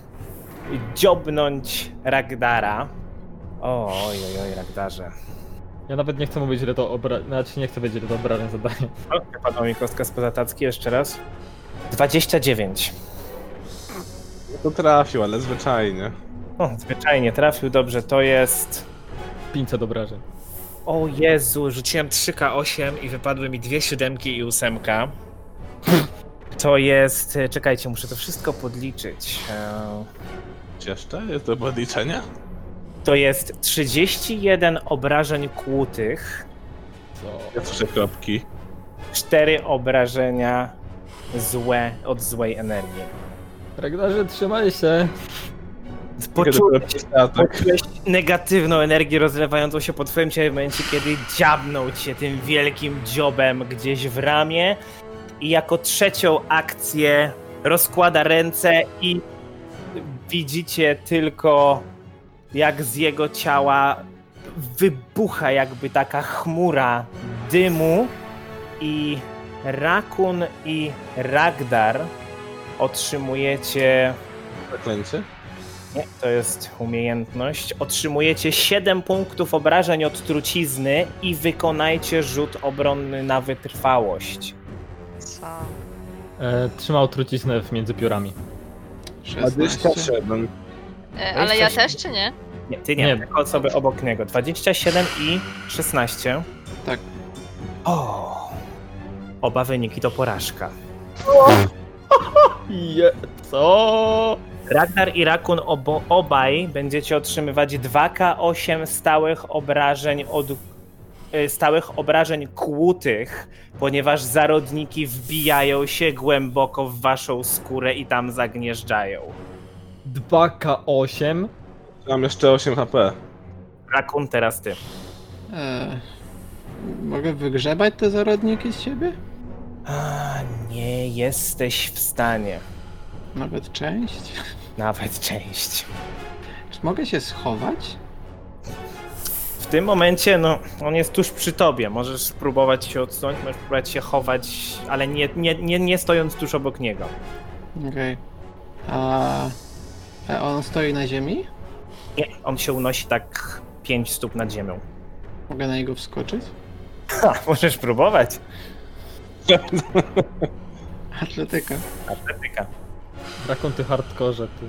dziobnąć Ragdara. O, oj, oj, oj, Ragdarze. Ja nawet nie chcę mówić, ile to obra... Znaczy nie chcę wiedzieć, ile to obrażeń zadaje. O, wypadła mi kostka spoza tacki, jeszcze raz. dwadzieścia dziewięć. To trafił, ale zwyczajnie. O, zwyczajnie trafił, dobrze, to jest... pięćset obrażeń. O Jezu, rzuciłem trzy K osiem i wypadły mi dwie siódemki i ósemka. To jest... Czekajcie, muszę to wszystko podliczyć. Eee, Jeszcze? Jest to podliczenie? To jest trzydzieści jeden obrażeń kłutych, Co? Ja słyszę kropki. cztery obrażenia złe od złej energii. Ragdarze, trzymaj się. Poczułeś, Tak. poczułeś negatywną energię rozlewającą się po twoim ciele w momencie, kiedy dziabnął cię tym wielkim dziobem gdzieś w ramię i jako trzecią akcję rozkłada ręce i widzicie tylko, jak z jego ciała wybucha jakby taka chmura dymu i Rakun i Ragdar otrzymujecie... Zaklęcie? Nie, to jest umiejętność. Otrzymujecie siedem punktów obrażeń od trucizny i wykonajcie rzut obronny na wytrwałość. Co? E, trzymał truciznę między piórami. dwadzieścia szesnaście. siedem. E, ale ja też, czy nie? Nie, ty nie, Nie. tylko osoby obok niego. dwadzieścia siedem i szesnaście. Tak. O, oba wyniki to porażka. Je, co? Ragnar i Rakun obo, obaj będziecie otrzymywać dwa K osiem stałych obrażeń od y, stałych obrażeń kłutych, ponieważ zarodniki wbijają się głęboko w waszą skórę i tam zagnieżdżają. dwa K osiem? Mam jeszcze osiem H P. Rakun, teraz ty. E, mogę wygrzebać te zarodniki z siebie? A, nie jesteś w stanie. Nawet część? Nawet część. Czy mogę się schować? W tym momencie, no, on jest tuż przy tobie. Możesz spróbować się odsunąć, możesz spróbować się chować, ale nie, nie, nie, nie stojąc tuż obok niego. Okej. A, a on stoi na ziemi? Nie, on się unosi tak pięć stóp nad ziemią. Mogę na niego wskoczyć? Ha, możesz próbować. Atletyka. Atletyka. Rakonty hardkorze, ty.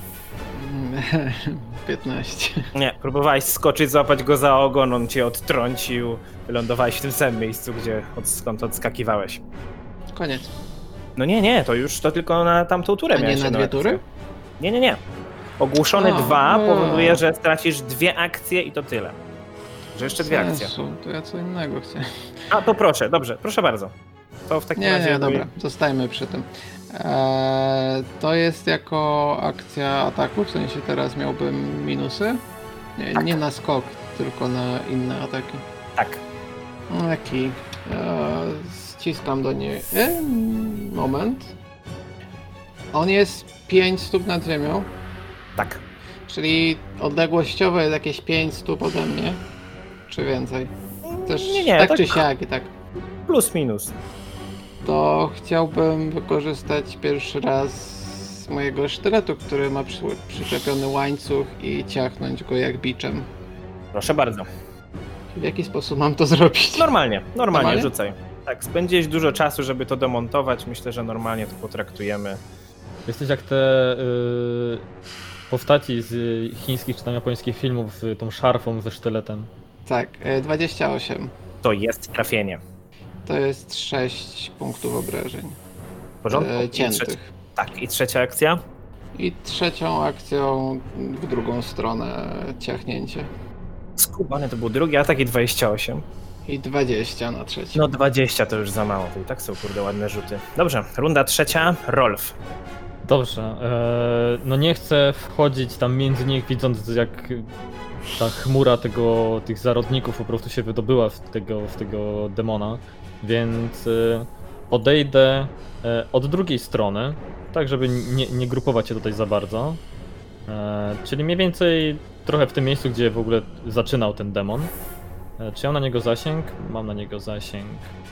piętnaście. Nie, próbowałeś skoczyć, złapać go za ogon, on cię odtrącił. Wylądowałeś w tym samym miejscu, gdzie od, skąd odskakiwałeś. Koniec. No nie, nie, to już to tylko na tamtą turę A nie miałeś na jedną dwie akcję. tury? Nie, nie, nie. Ogłuszony A, dwa a. powoduje, że stracisz dwie akcje i to tyle. Że jeszcze dwie akcje. Sensu, to ja co innego chcę. A, to proszę, dobrze, proszę bardzo. To w takim Nie, razie... nie, dobra, zostajmy przy tym. Eee, to jest jako akcja ataku, w sensie teraz miałbym minusy? Nie, Tak. nie na skok, tylko na inne ataki. Tak. Taki. Eee, ściskam do niej. E, moment. On jest pięć stóp nad ziemią, Tak. czyli odległościowo jest jakieś pięć stóp ode mnie. Czy więcej? Też Nie, nie, tak, tak- czy siak i tak. Plus, minus. To chciałbym wykorzystać pierwszy raz mojego sztyletu, który ma przy, przyczepiony łańcuch i ciachnąć go jak biczem. Proszę bardzo. W jaki sposób mam to zrobić? Normalnie, normalnie, Normalnie? rzucaj. Tak, spędziłeś dużo czasu, żeby to demontować. Myślę, że normalnie to potraktujemy. Jesteś jak te y, postaci z chińskich czy tam japońskich filmów z tą szarfą ze sztyletem. Tak, e, dwadzieścia osiem. To jest trafienie. To jest sześć punktów obrażeń. W porządku? E, I trzecia, ciętych. tak, i trzecia akcja? I trzecią akcją w drugą stronę ciachnięcie. Skubany to był drugi atak i dwadzieścia osiem. I dwadzieścia na trzeci. No dwadzieścia to już za mało, to i tak są kurde ładne rzuty. Dobrze, runda trzecia, Rolf. Dobrze, e, no nie chcę wchodzić tam między nich, widząc jak ta chmura tego, tych zarodników po prostu się wydobyła w tego, w tego demona, więc e, odejdę e, od drugiej strony, tak żeby nie, nie grupować się tutaj za bardzo, e, czyli mniej więcej trochę w tym miejscu, gdzie w ogóle zaczynał ten demon. E, czy ja mam na niego zasięg? Mam na niego zasięg.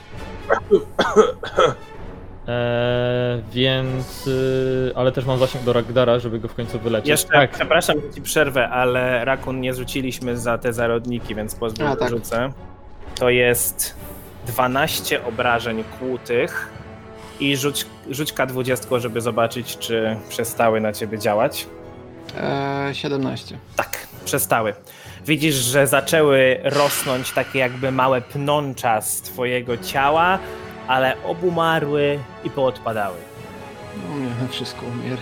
Eee, więc, y, ale też mam zasięg do Ragdara, żeby go w końcu wyleczyć. Jeszcze, Tak, przepraszam, że ci przerwę, ale Rakun nie rzuciliśmy za te zarodniki, więc pozwól, A, że tak. rzucę. To jest dwanaście obrażeń kłutych i rzuć, rzuć K dwadzieścia, żeby zobaczyć, czy przestały na ciebie działać. E, siedemnaście. Tak, przestały. Widzisz, że zaczęły rosnąć takie jakby małe pnącza z twojego ciała, ale obumarły i poodpadały. No mnie na wszystko umiera.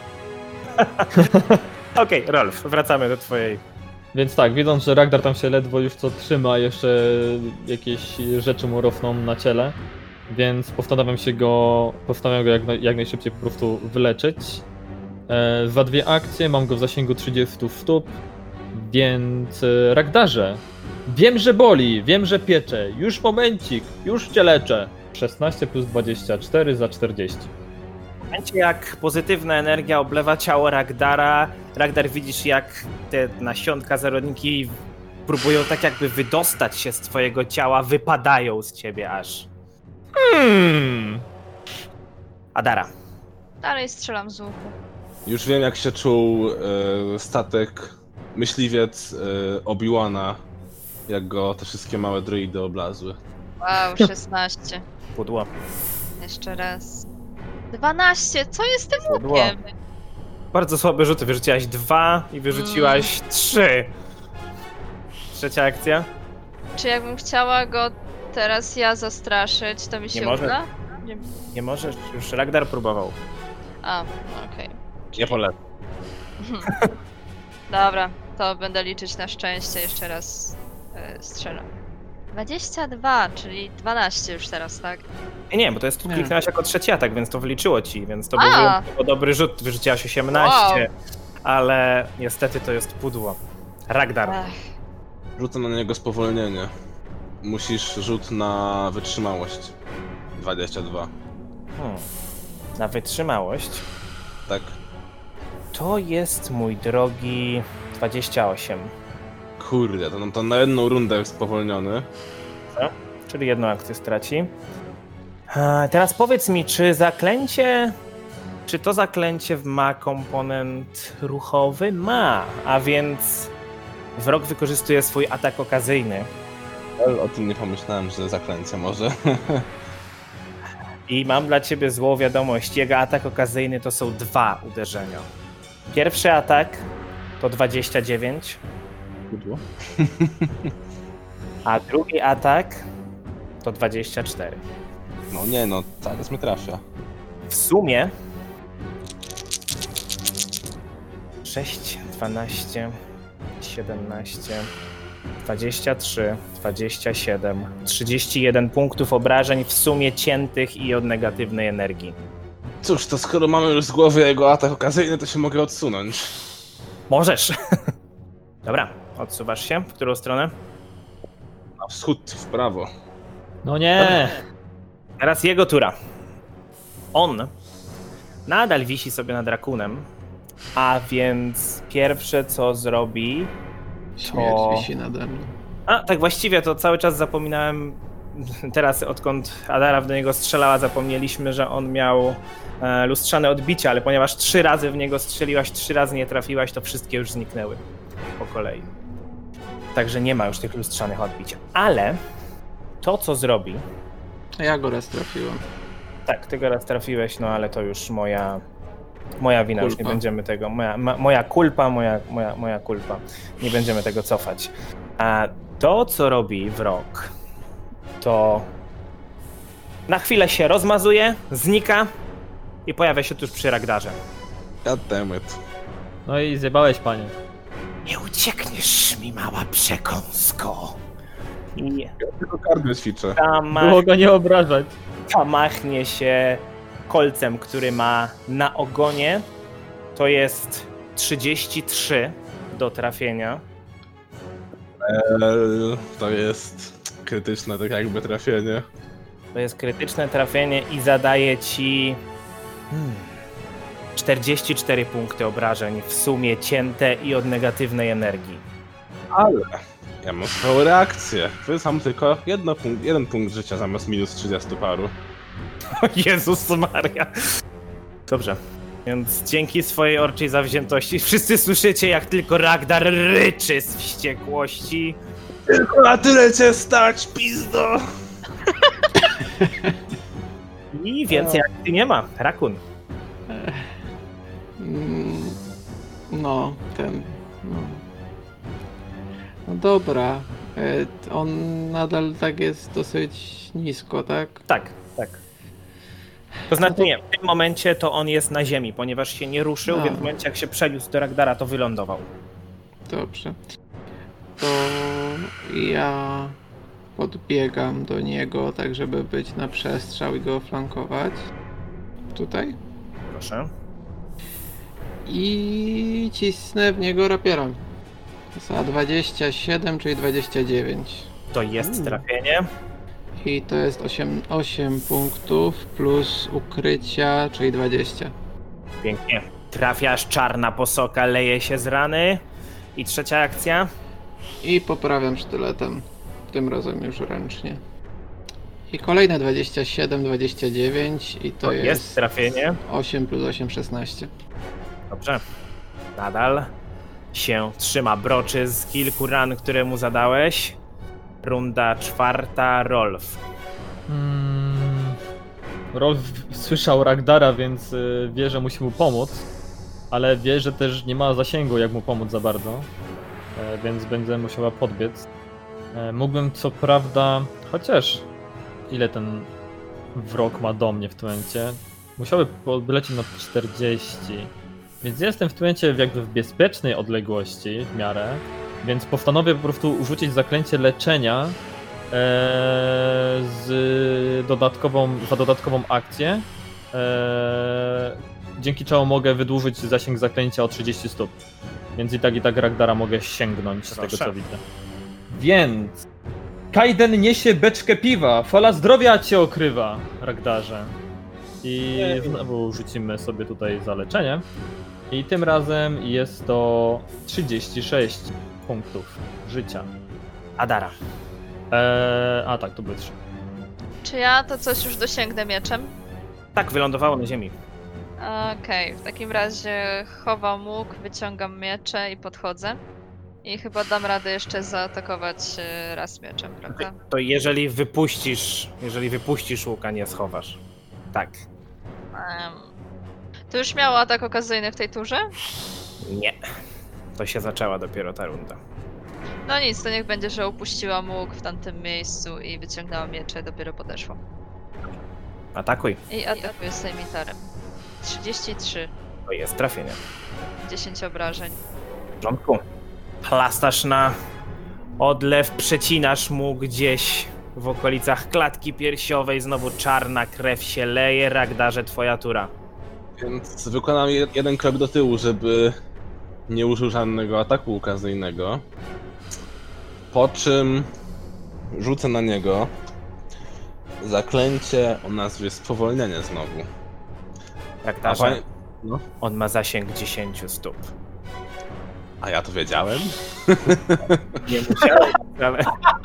Okej, Rolf, wracamy do twojej. więc tak, widząc, że Ragdar tam się ledwo już co trzyma, jeszcze jakieś rzeczy mu rosną na ciele, więc postanawiam się go, postanawiam go jak, naj, jak najszybciej po prostu wyleczyć. E, za dwie akcje mam go w zasięgu trzydziestu stóp, więc e, Ragdarze, wiem, że boli, wiem, że piecze, już momencik, już cię leczę. szesnaście plus dwadzieścia cztery za czterdzieści. W momencie jak pozytywna energia oblewa ciało Ragdara, Ragdar widzisz jak te nasionka, zarodniki próbują tak jakby wydostać się z twojego ciała, wypadają z ciebie aż. Hmm. Adara. Dalej strzelam z łuku. Już wiem, jak się czuł e, statek, myśliwiec e, Obi-Wana, jak go te wszystkie małe droidy oblazły. Wow, szesnaście. Pudło. Jeszcze raz. dwanaście, co jest z tym Pudło. łukiem? bardzo słabe rzuty. Wyrzuciłaś dwa i wyrzuciłaś mm. trzy. Trzecia akcja? Czy jakbym chciała go teraz ja zastraszyć, to mi się Nie może. uda? Nie, Nie możesz, już Ragnar próbował. A, okej. Nie polecam. Dobra, to będę liczyć na szczęście, jeszcze raz yy, strzelam. dwadzieścia dwa, czyli dwanaście już teraz, tak? Nie, nie, bo to jest, Nie. kliknęłaś jako trzeci atak, więc to wyliczyło ci, więc to A! był wyjątkowo dobry rzut, wyrzuciłaś osiemnaście, Wow. ale niestety to jest pudło. Ragnar. Ech, Rzucę na niego spowolnienie. Musisz rzut na wytrzymałość. dwadzieścia dwa. Hmm. Na wytrzymałość Tak. to jest, mój drogi, dwadzieścia osiem, Kurde, to, to na jedną rundę jest spowolniony. czyli jedną akcję straci. A, teraz powiedz mi, czy zaklęcie, czy to zaklęcie ma komponent ruchowy? Ma, a więc wrog wykorzystuje swój atak okazyjny. Ale o tym nie pomyślałem, że zaklęcie może. I mam dla ciebie złą wiadomość. Jego atak okazyjny to są dwa uderzenia. Pierwszy atak to dwadzieścia dziewięć, Pudło. a drugi atak to dwadzieścia cztery. No nie no, zaraz mnie trafia. W sumie sześć, dwanaście, siedemnaście, dwadzieścia trzy, dwadzieścia siedem, trzydzieści jeden punktów obrażeń w sumie ciętych i od negatywnej energii. Cóż, to skoro mamy już z głowy jego atak okazyjny, to się mogę odsunąć. Możesz. Dobra, odsuwasz się. W którą stronę? Na wschód, w prawo. No nie! Teraz jego tura. On nadal wisi sobie nad rakunem, a więc pierwsze co zrobi... Śmierć To- wisi nade mną. A, tak właściwie to cały czas zapominałem, teraz odkąd Adara do niego strzelała, zapomnieliśmy, że on miał e, lustrzane odbicie, ale ponieważ trzy razy w niego strzeliłaś, trzy razy nie trafiłaś, to wszystkie już zniknęły po kolei. Także nie ma już tych lustrzanych odbić. Ale to, co zrobi... A ja go raz trafiłem. Tak, ty go raz trafiłeś, no ale to już moja... Moja wina, już nie Kulpa. będziemy tego. Moja, ma, moja kulpa, moja, moja, moja kulpa. Nie będziemy tego cofać. A to, co robi wrog, to na chwilę się rozmazuje, znika i pojawia się tuż przy Ragdarze. Goddammit. No i zjebałeś, panie. Nie uciekniesz mi, mała przekąsko. I Tylko kardio ćwiczę. zamach, Było go nie obrażać. zamachnie się kolcem, który ma na ogonie. To jest trzydzieści trzy do trafienia. Eee, to jest krytyczne tak jakby trafienie. To jest krytyczne trafienie i zadaje ci hmm, czterdzieści cztery punkty obrażeń w sumie cięte i od negatywnej energii. Ale ja mam swoją reakcję. Wysam tylko jedno punkt, jeden punkt życia zamiast minus trzydziestu paru. O Jezus Maria. Dobrze. Więc dzięki swojej orczej zawziętości wszyscy słyszycie, jak tylko Ragnar ryczy z wściekłości. Tylko na tyle cię stać, pizdo! I więcej akcji nie ma. Rakun. Mm, No, ten. No, no dobra. E, On nadal tak jest dosyć nisko, tak? Tak, tak. To znaczy nie, w tym momencie to on jest na ziemi, ponieważ się nie ruszył, A. więc w momencie jak się przeniósł do Ragdara, to wylądował. Dobrze. To ja podbiegam do niego, tak żeby być na przestrzał i go flankować. Tutaj. Proszę. I cisnę w niego rapierem. Za dwadzieścia siedem, czyli dwadzieścia dziewięć. To jest trafienie. I to jest osiem, osiem punktów plus ukrycia, czyli dwadzieścia. Pięknie. Trafiasz, czarna posoka leje się z rany. I trzecia akcja. I poprawiam sztyletem. Tym razem już ręcznie. I kolejne dwadzieścia siedem, dwadzieścia dziewięć i to, To jest, jest trafienie. osiem plus osiem, szesnaście. Dobrze. Nadal się trzyma, broczy z kilku ran, które mu zadałeś. Runda czwarta, Rolf. Mm, Rolf słyszał Ragdara, więc y, wie, że musi mu pomóc. ale wie, że też nie ma zasięgu, jak mu pomóc za bardzo, e, więc będę musiała podbiec. E, mógłbym co prawda, chociaż ile ten wrog ma do mnie w tym momencie? Musiałby podlecieć na czterdzieści, więc jestem w tym momencie jakby w bezpiecznej odległości w miarę, więc postanowię po prostu rzucić zaklęcie leczenia e, z dodatkową, za dodatkową akcję, e, dzięki czemu mogę wydłużyć zasięg zaklęcia o trzydzieści stóp. Więc i tak i tak Ragdara mogę sięgnąć z tego Proszę. co widzę. Więc Kaiden niesie beczkę piwa, fala zdrowia cię okrywa, Ragdarze. I znowu rzucimy sobie tutaj za leczenie. I tym razem jest to trzydzieści sześć punktów życia. Adara. Eee, a tak, to były trzy. Czy ja to coś już dosięgnę mieczem? Tak, wylądowało na ziemi. Okej, w takim razie chowam łuk, wyciągam miecze i podchodzę. I chyba dam radę jeszcze zaatakować e, raz mieczem, prawda? To jeżeli wypuścisz, jeżeli wypuścisz łuka, nie schowasz. Tak. Em, to już miało atak okazyjny w tej turze? Nie. To się zaczęła dopiero ta runda. No nic, to niech będzie, że upuściłam łuk w tamtym miejscu i wyciągnęłam miecze, dopiero podeszło. Atakuj. I atakuję sejmitarem. trzydzieści trzy, To jest trafienie. dziesięć obrażeń. W porządku. Plastasz na odlew, przecinasz mu gdzieś w okolicach klatki piersiowej, znowu czarna krew się leje. Ragdarze, twoja tura. Więc wykonam je- jeden krok do tyłu, żeby nie użył żadnego ataku okazyjnego. Po czym rzucę na niego zaklęcie o nazwie spowolnienie znowu. A, Ragdarze, pamię- no. on ma zasięg dziesięć stóp. A ja to wiedziałem? Nie musiałem, ale...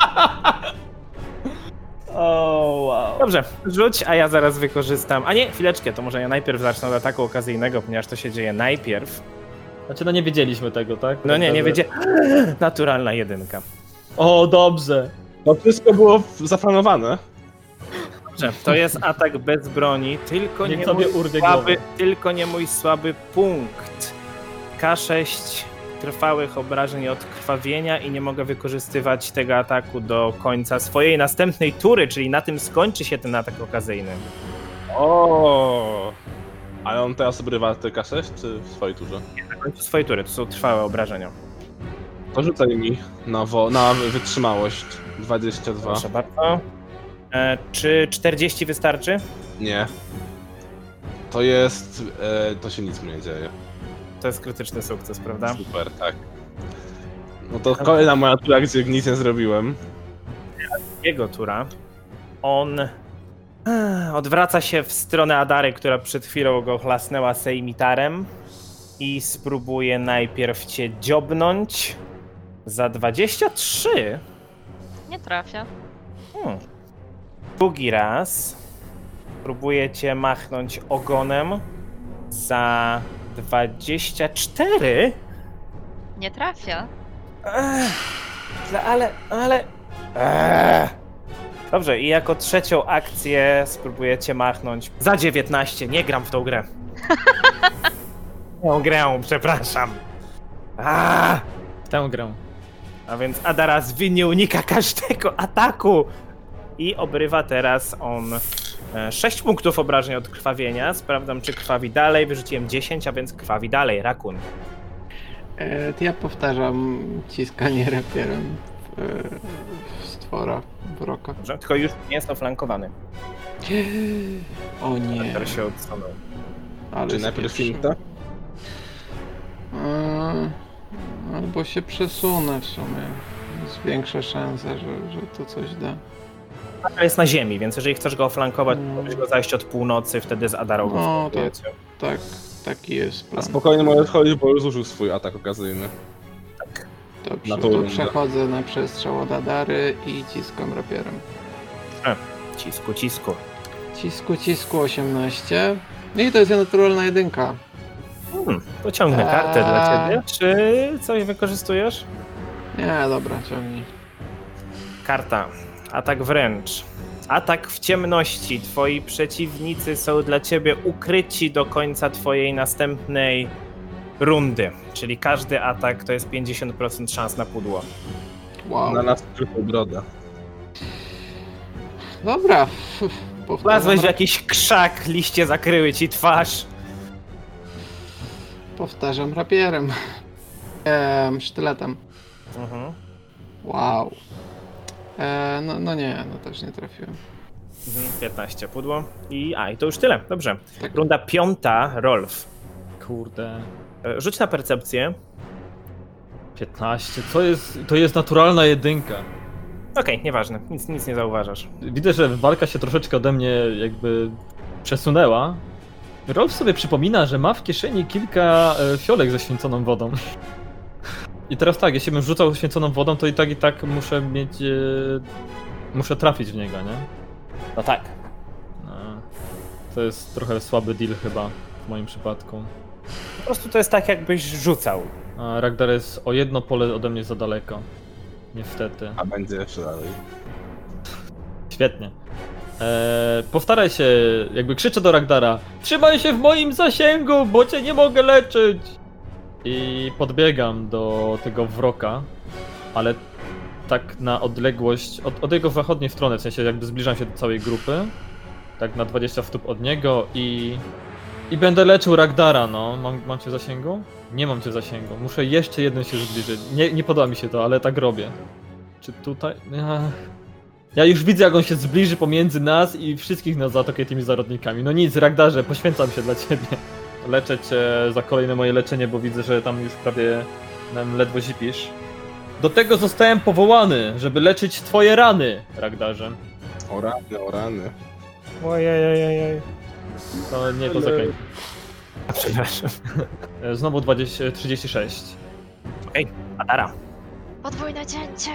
O, wow. Dobrze, rzuć, a ja zaraz wykorzystam. A nie, chwileczkę, to może ja najpierw zacznę od ataku okazyjnego, ponieważ to się dzieje najpierw. Znaczy, no nie wiedzieliśmy tego, tak? No nie, nie Dobrze. będzie. Naturalna jedynka. O, dobrze. To wszystko było w- zaplanowane. Dobrze, to jest atak bez broni, tylko Niech nie, sobie mój urwie słaby, głowę. tylko nie mój słaby punkt. K sześć trwałych obrażeń od krwawienia i nie mogę wykorzystywać tego ataku do końca swojej następnej tury, czyli na tym skończy się ten atak okazyjny. O, ale on teraz obrywa T K sześć czy w swojej turze? Na końcu swojej tury, to są trwałe obrażenia. To rzucaj mi na, wo- na wytrzymałość dwadzieścia dwa. Proszę bardzo. E, czy czterdzieści wystarczy? Nie. To jest... E, to się nic mu nie dzieje. To jest krytyczny sukces, prawda? Super, tak. No to kolejna moja tura, gdzie nic nie zrobiłem. Jego tura. On eh, odwraca się w stronę Adary, która przed chwilą go chlasnęła sejmitarem i spróbuje najpierw cię dziobnąć za dwadzieścia trzy. Nie trafia. Hmm. Drugi raz próbuje cię machnąć ogonem za dwadzieścia cztery. Nie trafia. Ech, ale, ale... Ech. Dobrze, i jako trzecią akcję spróbujecie machnąć za dziewiętnaście. Nie gram w tą grę. Tę grę, przepraszam. A, W tę grę. a więc Adara zwinnie unika każdego ataku. I obrywa teraz on e, sześć punktów obrażeń od krwawienia. Sprawdzam, czy krwawi dalej. Wyrzuciłem dziesięć, a więc krwawi dalej. Rakun. E, to ja powtarzam ciskanie rapierem w, e, w stwora wroka. Dobrze, tylko już nie jest oflankowany. O nie. Adar się odsunął. Ale Czyli najpierw spieprzył. finta? E, Albo się przesunę w sumie. Jest większa szansa, że, że to coś da. Adar jest na ziemi, więc jeżeli chcesz go oflankować, to Mm. musisz go zajść od północy, wtedy z Adarą go No, wflankujecie. Tak, taki jest A plan. spokojnie możesz chodzić, bo już zużył swój atak okazyjny. Dobrze, na tą to rundę. przechodzę na przestrzał od Adary i ciskam rapierem. Cisku, cisku. Cisku, cisku osiemnaście. I to jest naturalna jedynka. Hmm, pociągnę kartę dla ciebie. Czy coś wykorzystujesz? Nie, dobra, ciągnij. Karta. Atak wręcz. Atak w ciemności. Twoi przeciwnicy są dla ciebie ukryci do końca twojej następnej rundy, czyli każdy atak to jest pięćdziesiąt procent szans na pudło. Wow. Na nas tylko broda. Dobra. Powtarzam, Wlazłeś w jakiś krzak, liście zakryły ci twarz. powtarzam rapierem. Ehm, sztyletem. Mhm. Wow. Eee, no, no nie, no też nie trafiłem. Mhm, piętnaście pudło. I a, i to już tyle, dobrze. Tak. Runda piąta, Rolf. Kurde. E, Rzuć na percepcję. piętnaście. Co jest. To jest naturalna jedynka. Okej, nieważne, nic, nic nie zauważasz. Widzę, że walka się troszeczkę ode mnie jakby przesunęła. Rolf sobie przypomina, że ma w kieszeni kilka e, fiolek ze święconą wodą. I teraz tak, jeśli bym rzucał święconą wodą, to i tak i tak muszę mieć... E, muszę trafić w niego, nie? No tak. No, to jest trochę słaby deal chyba w moim przypadku. Po prostu to jest tak, jakbyś rzucał. A Ragnar jest o jedno pole ode mnie za daleko. Niestety. A będzie jeszcze dalej. Świetnie. Eee, powtaraj się, jakby krzyczę do Ragdara: trzymaj się w moim zasięgu, bo cię nie mogę leczyć! I podbiegam do tego wroka, ale tak na odległość, od, od jego zachodniej strony, w sensie jakby zbliżam się do całej grupy, tak na dwadzieścia stóp od niego i... I będę leczył Ragdara, no. Mam, mam cię w zasięgu? Nie mam cię w zasięgu. Muszę jeszcze jeden się zbliżyć. Nie, nie podoba mi się to, ale tak robię. Czy tutaj... Ach. Ja już widzę, jak on się zbliży pomiędzy nas i wszystkich nas zaatakuję tymi zarodnikami. No nic, Ragdarze, poświęcam się dla ciebie. Leczę cię za kolejne moje leczenie, bo widzę, że tam już prawie nam ledwo zipisz. Do tego zostałem powołany, żeby leczyć twoje rany, Ragdarze. O rany, o rany. Ojej. To nie to zaklęcie. Przepraszam. E, Znowu dwadzieścia, trzydzieści sześć. Okej, Adara. Podwójne cięcie!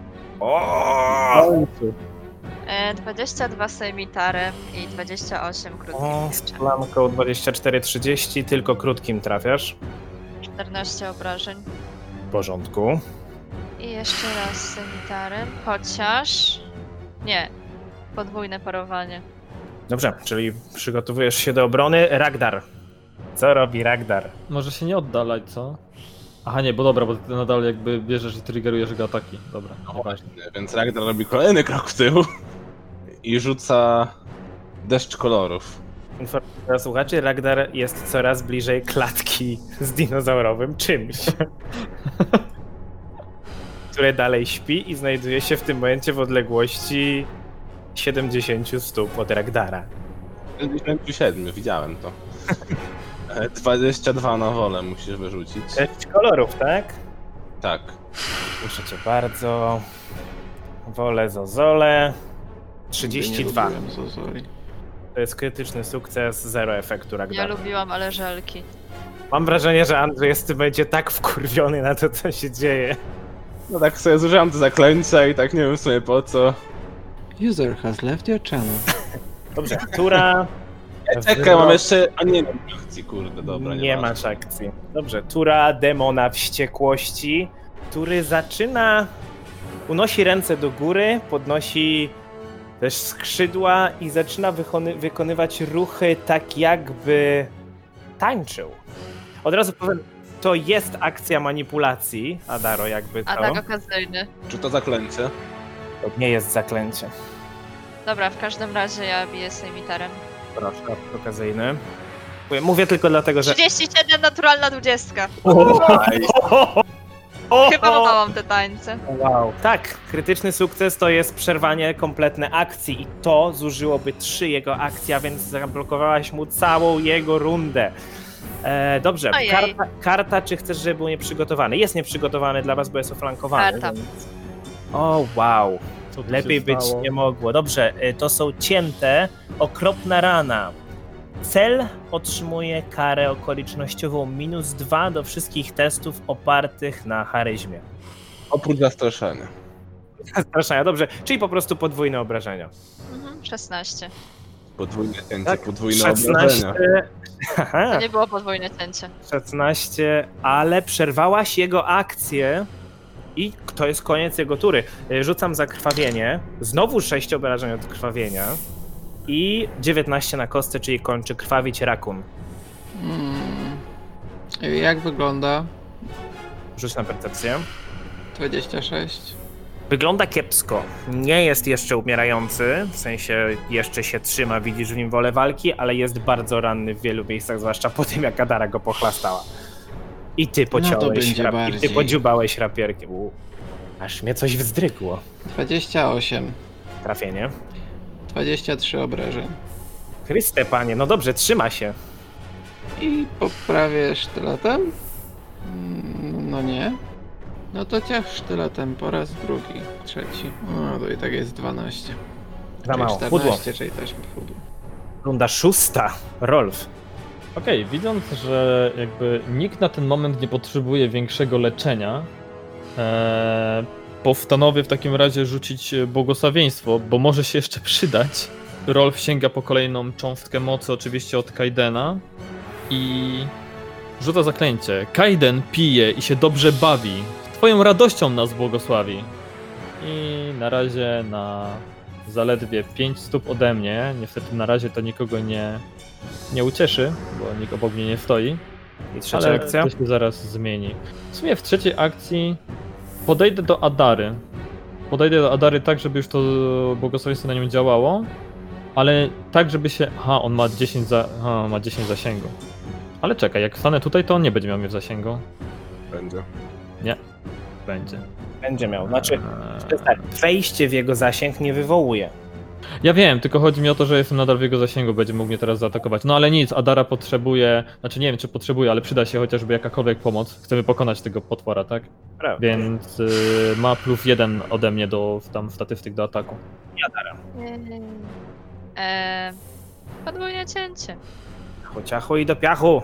O, E, dwadzieścia dwa sejmitarem i dwadzieścia osiem krótkim o z mieczem. flanką dwadzieścia cztery trzydzieści, tylko krótkim trafiasz. czternaście obrażeń. W porządku. I jeszcze raz sejmitarem, chociaż... Nie. Podwójne parowanie. Dobrze, czyli przygotowujesz się do obrony. Ragdar. Co robi Ragdar? Może się nie oddalać, co? Aha, nie, bo dobra, bo ty nadal jakby bierzesz i triggerujesz jego ataki. Dobra, nieważne. Więc Ragnar robi kolejny krok w tył i rzuca deszcz kolorów. Informacja dla słuchaczy, Ragdar jest coraz bliżej klatki z dinozaurowym czymś. które dalej śpi i znajduje się w tym momencie w odległości siedemdziesiąt stóp od Ragdara. siedemdziesiąt siedem, widziałem to. E, dwadzieścia dwa na wolę musisz wyrzucić. Sześć kolorów, tak? Tak. Proszę cię bardzo. Wolę Zozole. trzydzieści dwa. Nie lubiłem Zozoli. To jest krytyczny sukces, zero efektu Ja Ragdara. lubiłam, ale żelki. Mam wrażenie, że Andrzej jest w tym momencie tak wkurwiony na to, co się dzieje. No tak sobie zużyłam te zaklęcia i tak nie wiem w sumie po co. User has left your channel. Dobrze, tura. Czekaj, mam jeszcze... A nie mam akcji, kurde, dobra, nie, Nie ma. masz akcji. Dobrze, tura demona wściekłości, który zaczyna... Unosi ręce do góry, podnosi też skrzydła i zaczyna wykony- wykonywać ruchy tak jakby tańczył. Od razu powiem, to jest akcja manipulacji, Adaro, jakby to. A tak okazyjny. Czy to zaklęcie? To nie jest zaklęcie. Dobra, w każdym razie ja biję sejmitarem. Proszę, okazyjny. Mówię tylko dlatego, że... trzydzieści siedem, naturalna dwudziestka. Chyba mam te tańce. Wow. Tak, krytyczny sukces to jest przerwanie kompletne akcji i to zużyłoby trzy jego akcji, a więc zablokowałaś mu całą jego rundę. E, dobrze, Ojej. karta, karta, czy chcesz, żeby był nieprzygotowany? Jest nieprzygotowany dla was, bo jest oflankowany. Karta. Więc... O, wow. Co tu Lepiej się być stało? nie mogło. Dobrze, y, to są cięte, okropna rana. Cel otrzymuje karę okolicznościową minus dwa do wszystkich testów opartych na charyzmie. Oprócz zastraszania. Zastraszania, dobrze, czyli po prostu podwójne obrażenia. Mhm, szesnaście. Podwójne cięcie, Tak, podwójne szesnaście. obrażenia. Haha, To nie było podwójne cięcie. szesnaście, ale przerwałaś jego akcję i to jest koniec jego tury. Y, Rzucam zakrwawienie, znowu sześć obrażeń od krwawienia i dziewiętnaście na kostce, czyli kończy krwawić rakun. Hmm. Jak wygląda? Rzuć na percepcję. dwadzieścia sześć. Wygląda kiepsko. Nie jest jeszcze umierający, w sensie jeszcze się trzyma, widzisz w nim wolę walki, ale jest bardzo ranny w wielu miejscach, zwłaszcza po tym, jak Adara go pochlastała. I ty pociąłeś będzie rap- i ty bardziej. podziubałeś rapierkiem. U, aż mnie coś wzdrygło. dwadzieścia osiem. Trafienie. dwadzieścia trzy obrażeń. Chryste panie, no dobrze, trzyma się. I poprawię sztyletem? Mm, No nie. No to ciach sztyletem po raz drugi, trzeci. No to i tak jest dwanaście. Za Czyli mało. Pudło. czternaście, czyli też pudło. Runda szósta. Rolf. Okej, widząc, że jakby nikt na ten moment nie potrzebuje większego leczenia, e, postanowię w takim razie rzucić błogosławieństwo, bo może się jeszcze przydać. Rolf sięga po kolejną cząstkę mocy, oczywiście od Kaidena, i rzuca zaklęcie. Kaiden pije i się dobrze bawi. Twoją radością nas błogosławi. I na razie na zaledwie pięć stóp ode mnie, niestety na razie to nikogo nie, nie ucieszy, bo nikt obok mnie nie stoi. I trzecia Ale akcja. to się zaraz zmieni. W sumie w trzeciej akcji podejdę do Adary. Podejdę do Adary tak, żeby już to błogosławieństwo na nią działało, ale tak, żeby się... Aha, on ma dziesięć, za... Aha, on ma dziesięć zasięgu. Ale czekaj, jak stanę tutaj, to on nie będzie miał mnie w zasięgu. Będzie. Będzie. Będzie miał. Znaczy, Eee, to jest tak, wejście w jego zasięg nie wywołuje. Ja wiem, tylko chodzi mi o to, że jestem nadal w jego zasięgu, będzie mógł mnie teraz zaatakować. No ale nic, Adara potrzebuje, znaczy nie wiem czy potrzebuje, ale przyda się chociażby jakakolwiek pomoc. Chcemy pokonać tego potwora, tak? Prawda. Więc y, ma plus jeden ode mnie do tam statystyk do ataku. Eee, podwójne cięcie. Chociachu i do piachu.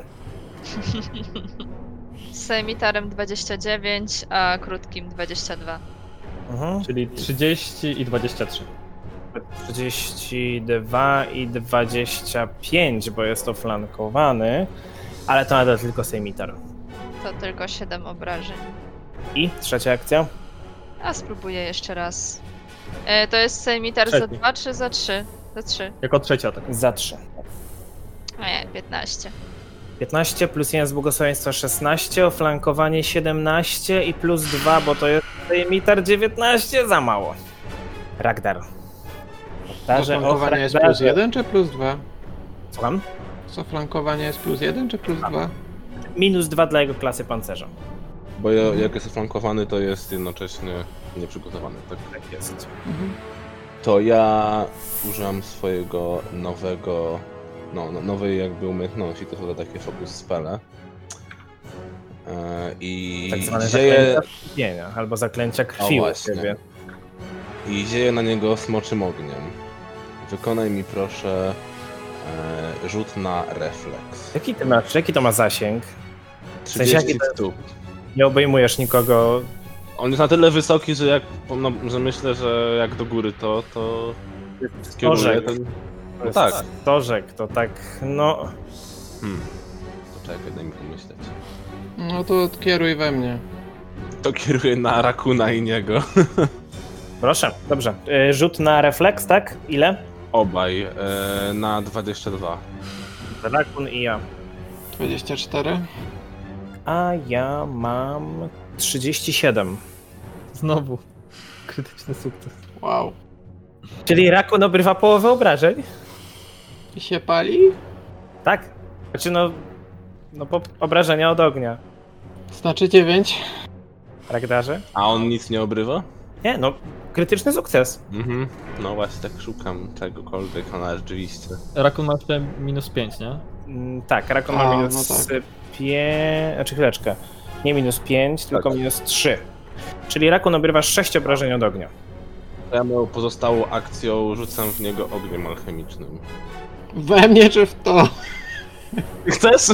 Z sejmitarem dwadzieścia dziewięć, a krótkim dwadzieścia dwa. Mhm. Czyli trzydzieści i dwadzieścia trzy. trzydzieści dwa i dwadzieścia pięć, bo jest to flankowany, ale to nadal tylko sejmitar. To tylko siedem obrażeń. I trzecia akcja. A spróbuję jeszcze raz. E, to jest sejmitar za Trzeci. dwa czy za trzy? Za trzy. Jako trzeci atak. Za trzy. Nie, piętnaście. piętnaście plus jeden z błogosławieństwa szesnaście, oflankowanie siedemnaście i plus dwa, bo to jest sejmitar dziewiętnaście, za mało. Ragdar. Powtarzę, Flankowanie jest Ragdarze. plus jeden czy plus dwa? Słucham? Co flankowanie jest plus jeden czy plus dwa? Minus dwa dla jego klasy pancerza. Bo ja, jak jest flankowany, to jest jednocześnie nieprzygotowany, tak? Tak jest. Mhm. To ja używam swojego nowego, no, no nowej jakby umiejętności, to są takie focus spele. E, I Tak zwane dzieje, zaklęcia krwienia, albo zaklęcia krwi O, u właśnie. ciebie. i dzieje na niego smoczym ogniem. Wykonaj mi proszę e, rzut na refleks. Jaki ty masz, jaki to ma zasięg? sensie, trzydzieści jaki to- stóp. Nie obejmujesz nikogo. On jest na tyle wysoki, że jak, no, że myślę, że jak do góry to, to skieruje Stożek. ten... To No jest tak. Stożek, to tak, no... Hmm. To czekaj, daj mi pomyśleć. No to kieruj we mnie. To kieruje na Rakuna i niego. Proszę, dobrze. Y, Rzut na refleks, tak? Ile? Obaj e, na dwadzieścia dwa. Rakun i ja. dwadzieścia cztery. A ja mam trzydzieści siedem. Znowu. Krytyczny sukces. Wow. Czyli Rakun obrywa połowę obrażeń? I się pali? Tak. Znaczy no... No po obrażenia od ognia. Znaczy dziewięć. Ragdarze? A on nic nie obrywa? Nie, no krytyczny sukces. Mhm. No właśnie, tak szukam czegokolwiek, ale rzeczywiście. Rakun ma jeszcze minus pięć, nie? Mm, tak, Rakun A, ma minus no tak. pięć... Znaczy chwileczkę. Nie minus pięć, tylko Tak. minus trzy. Czyli Rakun obrywa sześć obrażeń od ognia. To ja moją pozostałą akcją rzucam w niego ogniem alchemicznym. We mnie czy w to? Chcesz?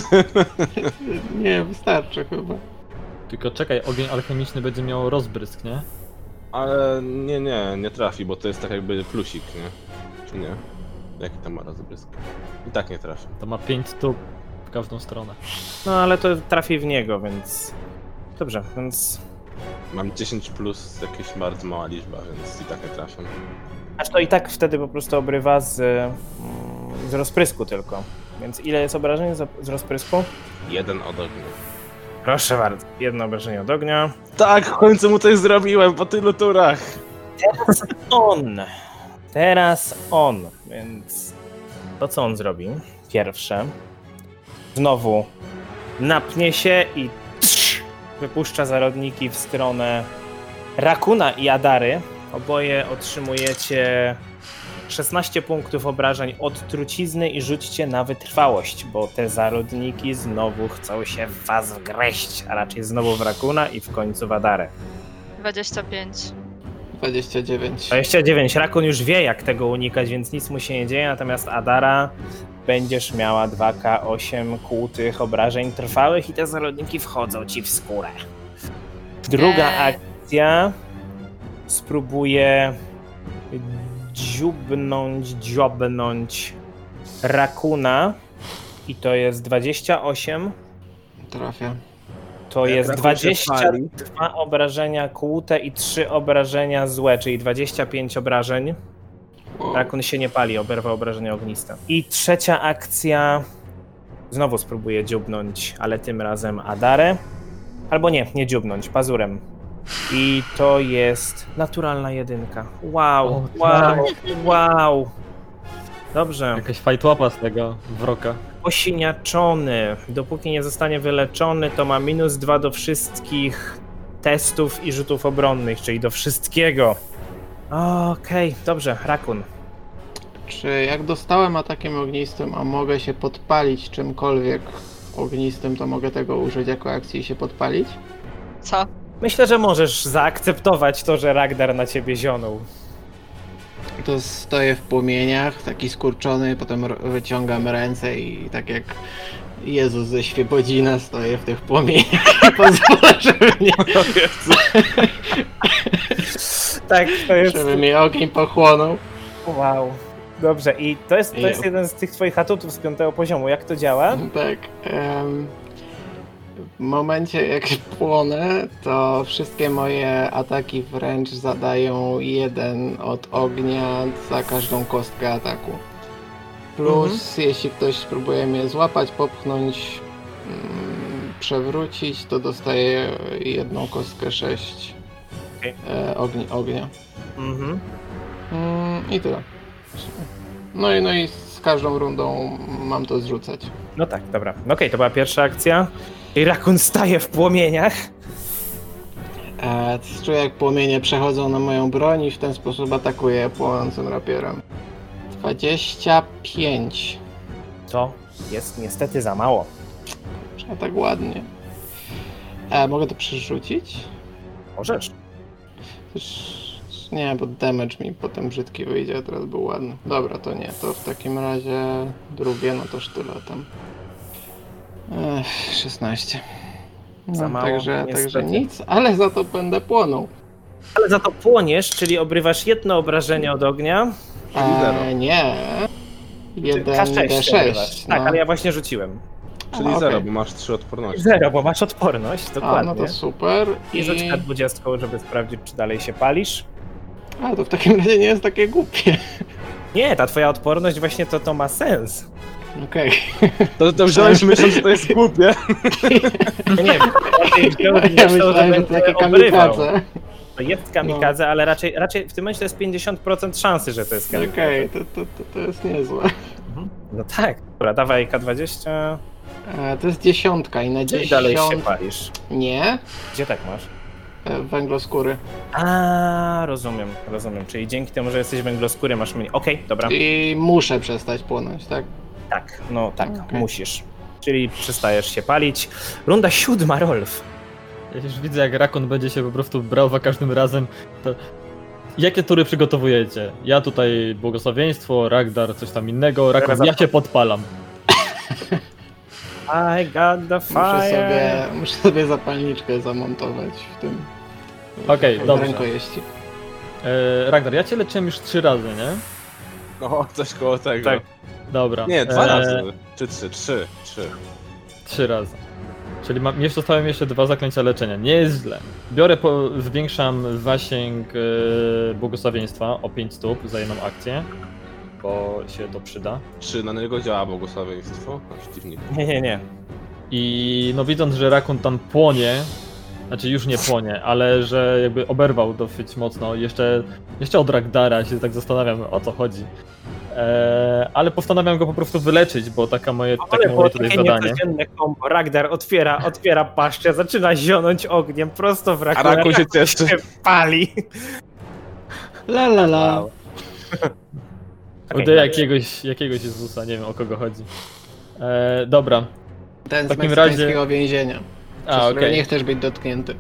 Nie, wystarczy chyba. Tylko czekaj, ogień alchemiczny będzie miał rozbrysk, nie? Ale nie, nie, nie trafi, bo to jest tak jakby plusik, nie? Czy nie? Jaki tam ma rozbrysk? I tak nie trafi. To ma pięć stóp w każdą stronę. No ale to trafi w niego, więc... Dobrze, więc... Mam dziesięć plus jakieś bardzo mała liczba, więc i tak nie trafię. Aż to i tak wtedy po prostu obrywa z, mm, z rozprysku tylko. Więc ile jest obrażeń z, z rozprysku? Jeden od ognia. Proszę bardzo, jedno obrażenie od ognia. Tak, w końcu mu coś zrobiłem po tylu turach. Teraz on. Teraz on. Więc to, co on zrobi, pierwsze, znowu napnie się i tsz, wypuszcza zarodniki w stronę Rakuna i Adary. Oboje otrzymujecie szesnaście punktów obrażeń od trucizny i rzućcie na wytrwałość, bo te zarodniki znowu chcą się w was wgreść, a raczej znowu w Rakuna i w końcu w Adarę. dwadzieścia pięć. dwadzieścia dziewięć. dwadzieścia dziewięć. Rakun już wie, jak tego unikać, więc nic mu się nie dzieje, natomiast Adara będziesz miała dwa K osiem kłutych obrażeń trwałych i te zarodniki wchodzą ci w skórę. Druga Eee. akcja spróbuje dziubnąć, dziobnąć Rakuna i to jest dwadzieścia osiem. Trafia. To Jak jest Rakun się dwadzieścia pali. dwa obrażenia kłute i trzy obrażenia złe, czyli dwadzieścia pięć obrażeń. Wow. Rakun się nie pali, oberwał obrażenia ogniste. I trzecia akcja. Znowu spróbuję dziubnąć, ale tym razem Adarę. Albo nie, nie dziubnąć, pazurem. I to jest naturalna jedynka. Wow, O, wow, wow. Dobrze. Jakaś fajtłapa z tego wroka. Osiniaczony. Dopóki nie zostanie wyleczony, to ma minus dwa do wszystkich testów i rzutów obronnych, czyli do wszystkiego. Okej, dobrze, Rakun. Czy jak dostałem atakiem ognistym, a mogę się podpalić czymkolwiek ognistym, to mogę tego użyć jako akcji i się podpalić? Co? Myślę, że możesz zaakceptować to, że Ragnar na ciebie zionął. To stoję w płomieniach, taki skurczony, potem ro- wyciągam ręce i tak jak Jezus ze Świebodzina stoję w tych płomieniach i pozwolę, żeby mnie, Tak, to jest... żeby mnie ogień pochłonął. Wow. Dobrze, i to jest, to jest Jo. jeden z tych twoich atutów z piątego poziomu. Jak to działa? Tak. em, w momencie jak płonę, to wszystkie moje ataki wręcz zadają jeden od ognia za każdą kostkę ataku. Plus jeśli ktoś spróbuje mnie złapać, popchnąć, mm, przewrócić, to dostaje jedną kostkę sześć Okej. e, ogni, ognia. Mhm. Mm, I tyle. No i, no i z każdą rundą mam to zrzucać. No tak, dobra. No okej, to była pierwsza akcja. I Rakun staje w płomieniach. E, czuję jak płomienie przechodzą na moją broń i w ten sposób atakuję płonącym rapierem. dwadzieścia pięć. To jest niestety za mało. Czy tak ładnie. E, mogę to przerzucić? Możesz. Też, nie, bo damage mi potem brzydki wyjdzie, a teraz był ładny. Dobra, to nie, to w takim razie drugie, no to sztyletem. Ech, szesnaście. No, Za mało, także, niestety. także nic, ale za to będę płonął. Ale za to płoniesz, czyli obrywasz jedno obrażenie od ognia. zero. E, nie. jeden K D sześć obrywasz. sześć. Tak, no. ale ja właśnie rzuciłem. Czyli A, zero, okej. bo masz trzy odporności. Zero, bo masz odporność, A, dokładnie. no to super. I rzuć na dwudziestką, żeby sprawdzić, czy dalej się palisz. A, to w takim razie nie jest takie głupie. Nie, ta twoja odporność właśnie to, to ma sens. Okej. To, to wziąłeś myśląc, że to jest głupie. Nie, nie, raczej wziąłeś Ja myślał, myślałem, że to będzie takie obrywał. kamikadze. To jest kamikadze, ale raczej, raczej w tym momencie to jest pięćdziesiąt procent szansy, że to jest kamikadze. Okej, to, to, to, to jest niezłe. No tak. Dobra, dawaj K dwadzieścia. E, to jest dziesiątka i na Czyli dalej się dziesiąt... palisz. Nie. Gdzie tak masz? E, węgloskóry. A, rozumiem, rozumiem. Czyli dzięki temu, że jesteś węgloskóry, masz mniej. Okej, dobra. I muszę przestać płonąć, tak? Tak, no tak, Okej. musisz. Czyli przestajesz się palić. Runda siódma, Rolf. Ja już widzę, jak Rakon będzie się po prostu brał za każdym razem. To... Jakie tury przygotowujecie? Ja tutaj błogosławieństwo, Ragnar coś tam innego. Rakon, Zaraz ja cię podpalam. I got the Muszę fire. sobie, muszę sobie zapalniczkę zamontować w tym. Okej, w dobrze. rękojeści. E, Ragnar, ja cię leczyłem już trzy razy, nie? No, coś koło tego. Tak. Dobra. Nie, dwa E, razy. Czy trzy, trzy, trzy. Trzy razy. Czyli mam, jeszcze zostałem jeszcze dwa zaklęcia leczenia. Nie jest źle. Biorę, po, zwiększam zasięg e, błogosławieństwa o pięć stóp za jedną akcję, bo się to przyda. Czy na niego działa błogosławieństwo? Na przeciwnika. Nie, nie, nie. I no widząc, że Rakun tam płonie, znaczy już nie płonie, ale że jakby oberwał dosyć mocno, jeszcze, jeszcze od Ragdara się tak zastanawiam, o co chodzi. Eee, ale postanawiam go po prostu wyleczyć, bo taka moje, takie Ale moje było tutaj takie zadanie. niecodzienne kombo. Ragnar otwiera, otwiera paszczę, zaczyna zionąć ogniem prosto w A Rakuna. Rakun się cieszy. się pali. La la la. Wow. Do jakiegoś, jakiegoś Jezusa, nie wiem o kogo chodzi. Eee, dobra. Ten z W takim meksykańskiego razie- więzienia. A, Przez okej. które nie chcesz być dotknięty.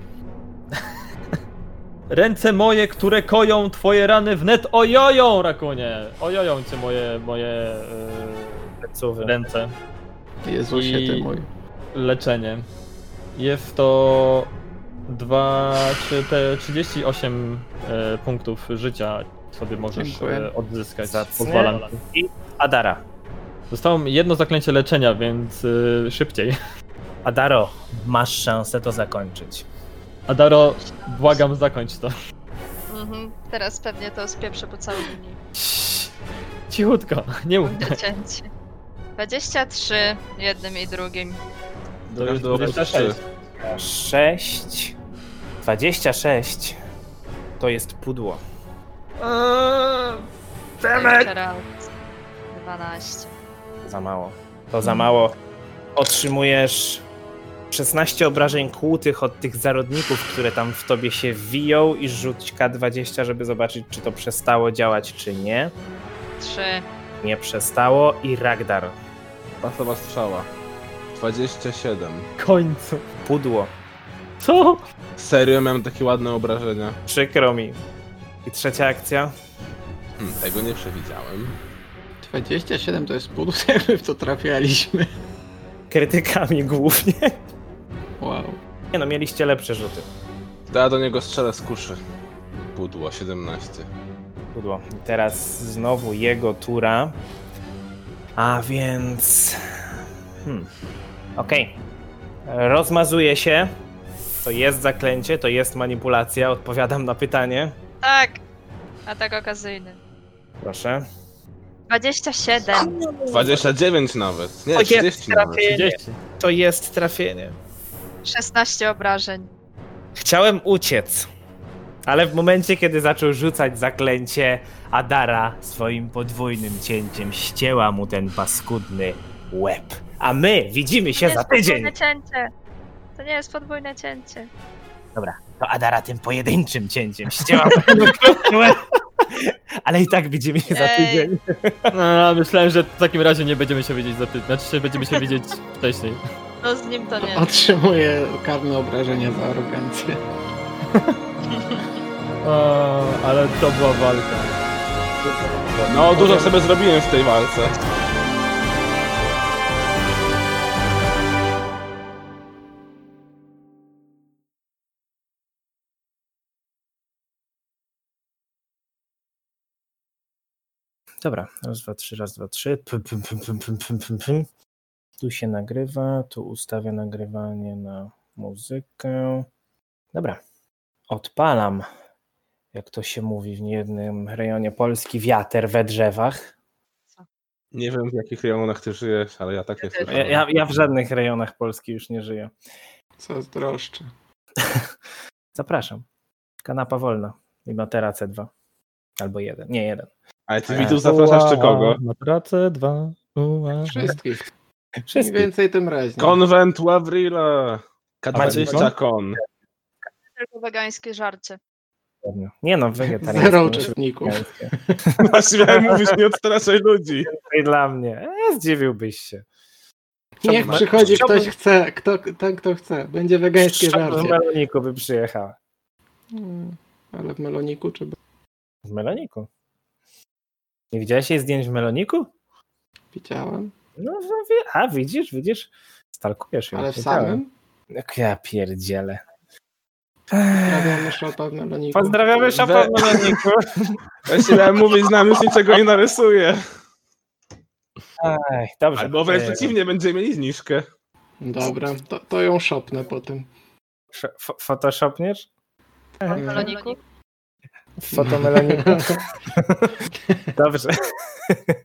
Ręce moje, które koją twoje rany wnet ojoją, Rakunie! Ojoją cię moje, moje Plecuwy. yy, ręce. Jezusie, ty I- mój. Leczenie. Jest to dwa, czy te trzydzieści osiem e, punktów życia sobie możesz Dziękuję. e, odzyskać. Zacnie. Pozwalam. I Adara. Zostało mi jedno zaklęcie leczenia, więc e, szybciej. Adaro, masz szansę to zakończyć. Adaro, błagam, zakończ to. Mhm. Teraz pewnie to spieprzę po całej linii. Cichutko, nie mów. Cięcie. dwadzieścia trzy jednym i drugim. To już Do dwadzieścia sześć. sześć. dwadzieścia sześć. To jest pudło. Jeszcze raz. dwanaście. Za mało. To za mało. Otrzymujesz szesnaście obrażeń kłutych od tych zarodników, które tam w tobie się wiją i rzuć K dwadzieścia, żeby zobaczyć, czy to przestało działać, czy nie. trzy. Nie przestało i Ragdar. Pasowa strzała. dwadzieścia siedem. W końcu. Pudło. Co? Serio miałem takie ładne obrażenia? Przykro mi. I trzecia akcja. Hmm, tego nie przewidziałem. dwadzieścia siedem to jest pół, jakby w to trafialiśmy. Krytykami głównie. Wow. Nie no, mieliście lepsze rzuty. To ja do niego strzelę z kuszy. Pudło, siedemnaście. Pudło. I teraz znowu jego tura. A więc... Hmm. Okej. Rozmazuje się. To jest zaklęcie, to jest manipulacja. Odpowiadam na pytanie. Tak! Atak okazyjny. Proszę. dwadzieścia siedem. dwadzieścia dziewięć nawet. Nie, O, jest trzydzieści nawet. trafienie. trzydzieści. To jest trafienie. szesnaście obrażeń. Chciałem uciec, ale w momencie, kiedy zaczął rzucać zaklęcie, Adara swoim podwójnym cięciem ścięła mu ten paskudny łeb. A my widzimy się Nie za jest tydzień. podwójne cięcie. To nie jest podwójne cięcie. Dobra, to Adara tym pojedynczym cięciem ścięła mu ten okrutny łeb. Ale i tak widzimy się za Ej. tydzień. No, myślałem, że w takim razie nie będziemy się widzieć za tydzień. Znaczy się będziemy się widzieć wcześniej. No z nim to nie. Otrzymuję karne obrażenia za arogancję. O, ale to była walka. No, dużo sobie zrobiłem w tej walce. Dobra, raz, dwa, trzy, raz, dwa, trzy. Pym, pym, pym, pym, pym, pym, pym, pym. Tu się nagrywa, tu ustawię nagrywanie na muzykę. Dobra, odpalam, jak to się mówi w niejednym rejonie Polski, wiater we drzewach. Nie wiem w jakich rejonach ty żyjesz, ale ja tak nie Ja też. Ja, słyszałem. ja, ja w żadnych rejonach Polski już nie żyję. Zazdroszczę. Zapraszam. Kanapa wolna. I Matera C dwa. Albo jeden. Nie, jeden. Ale ty widzów zapraszasz czy kogo? Na pracę dwa. Ua. Wszystkich. Im Wszystkich. więcej, tym raźniej. Konwent Wavrila. K dwadzieścia Macie kon. Tylko wegańskie żarcie. Nie no, wegetariańskie. Zero musi być uczestników. wegańskie. Właśnie miałem mówić, nie odstraszaj ludzi. I dla mnie. E, zdziwiłbyś się. Niech Ma- przychodzi chciałbym- ktoś chce, kto, ten kto chce. Będzie wegańskie W żarcie. Meloniku by przyjechała. Hmm, ale w Meloniku czy... W Meloniku. Nie widziałeś jej zdjęć w Meloniku? Widziałem. No, no wie- a widzisz, widzisz? Stalkujesz ją. Ale w wiedziałem. samym? Jak ja pierdzielę. Pozdrawiamy Szopa w Meloniku. Pozdrawiamy Szopa w We- Meloniku. Właśnie miałem mówić, znam już niczego nie narysuję. Ej, dobrze. Albo wręcz E, przeciwnie, będziemy mieli zniżkę. Dobra, to, to ją szopnę potem. f- f- Photoshopniesz? W Meloniku? W fotomeloniku? Dobrze.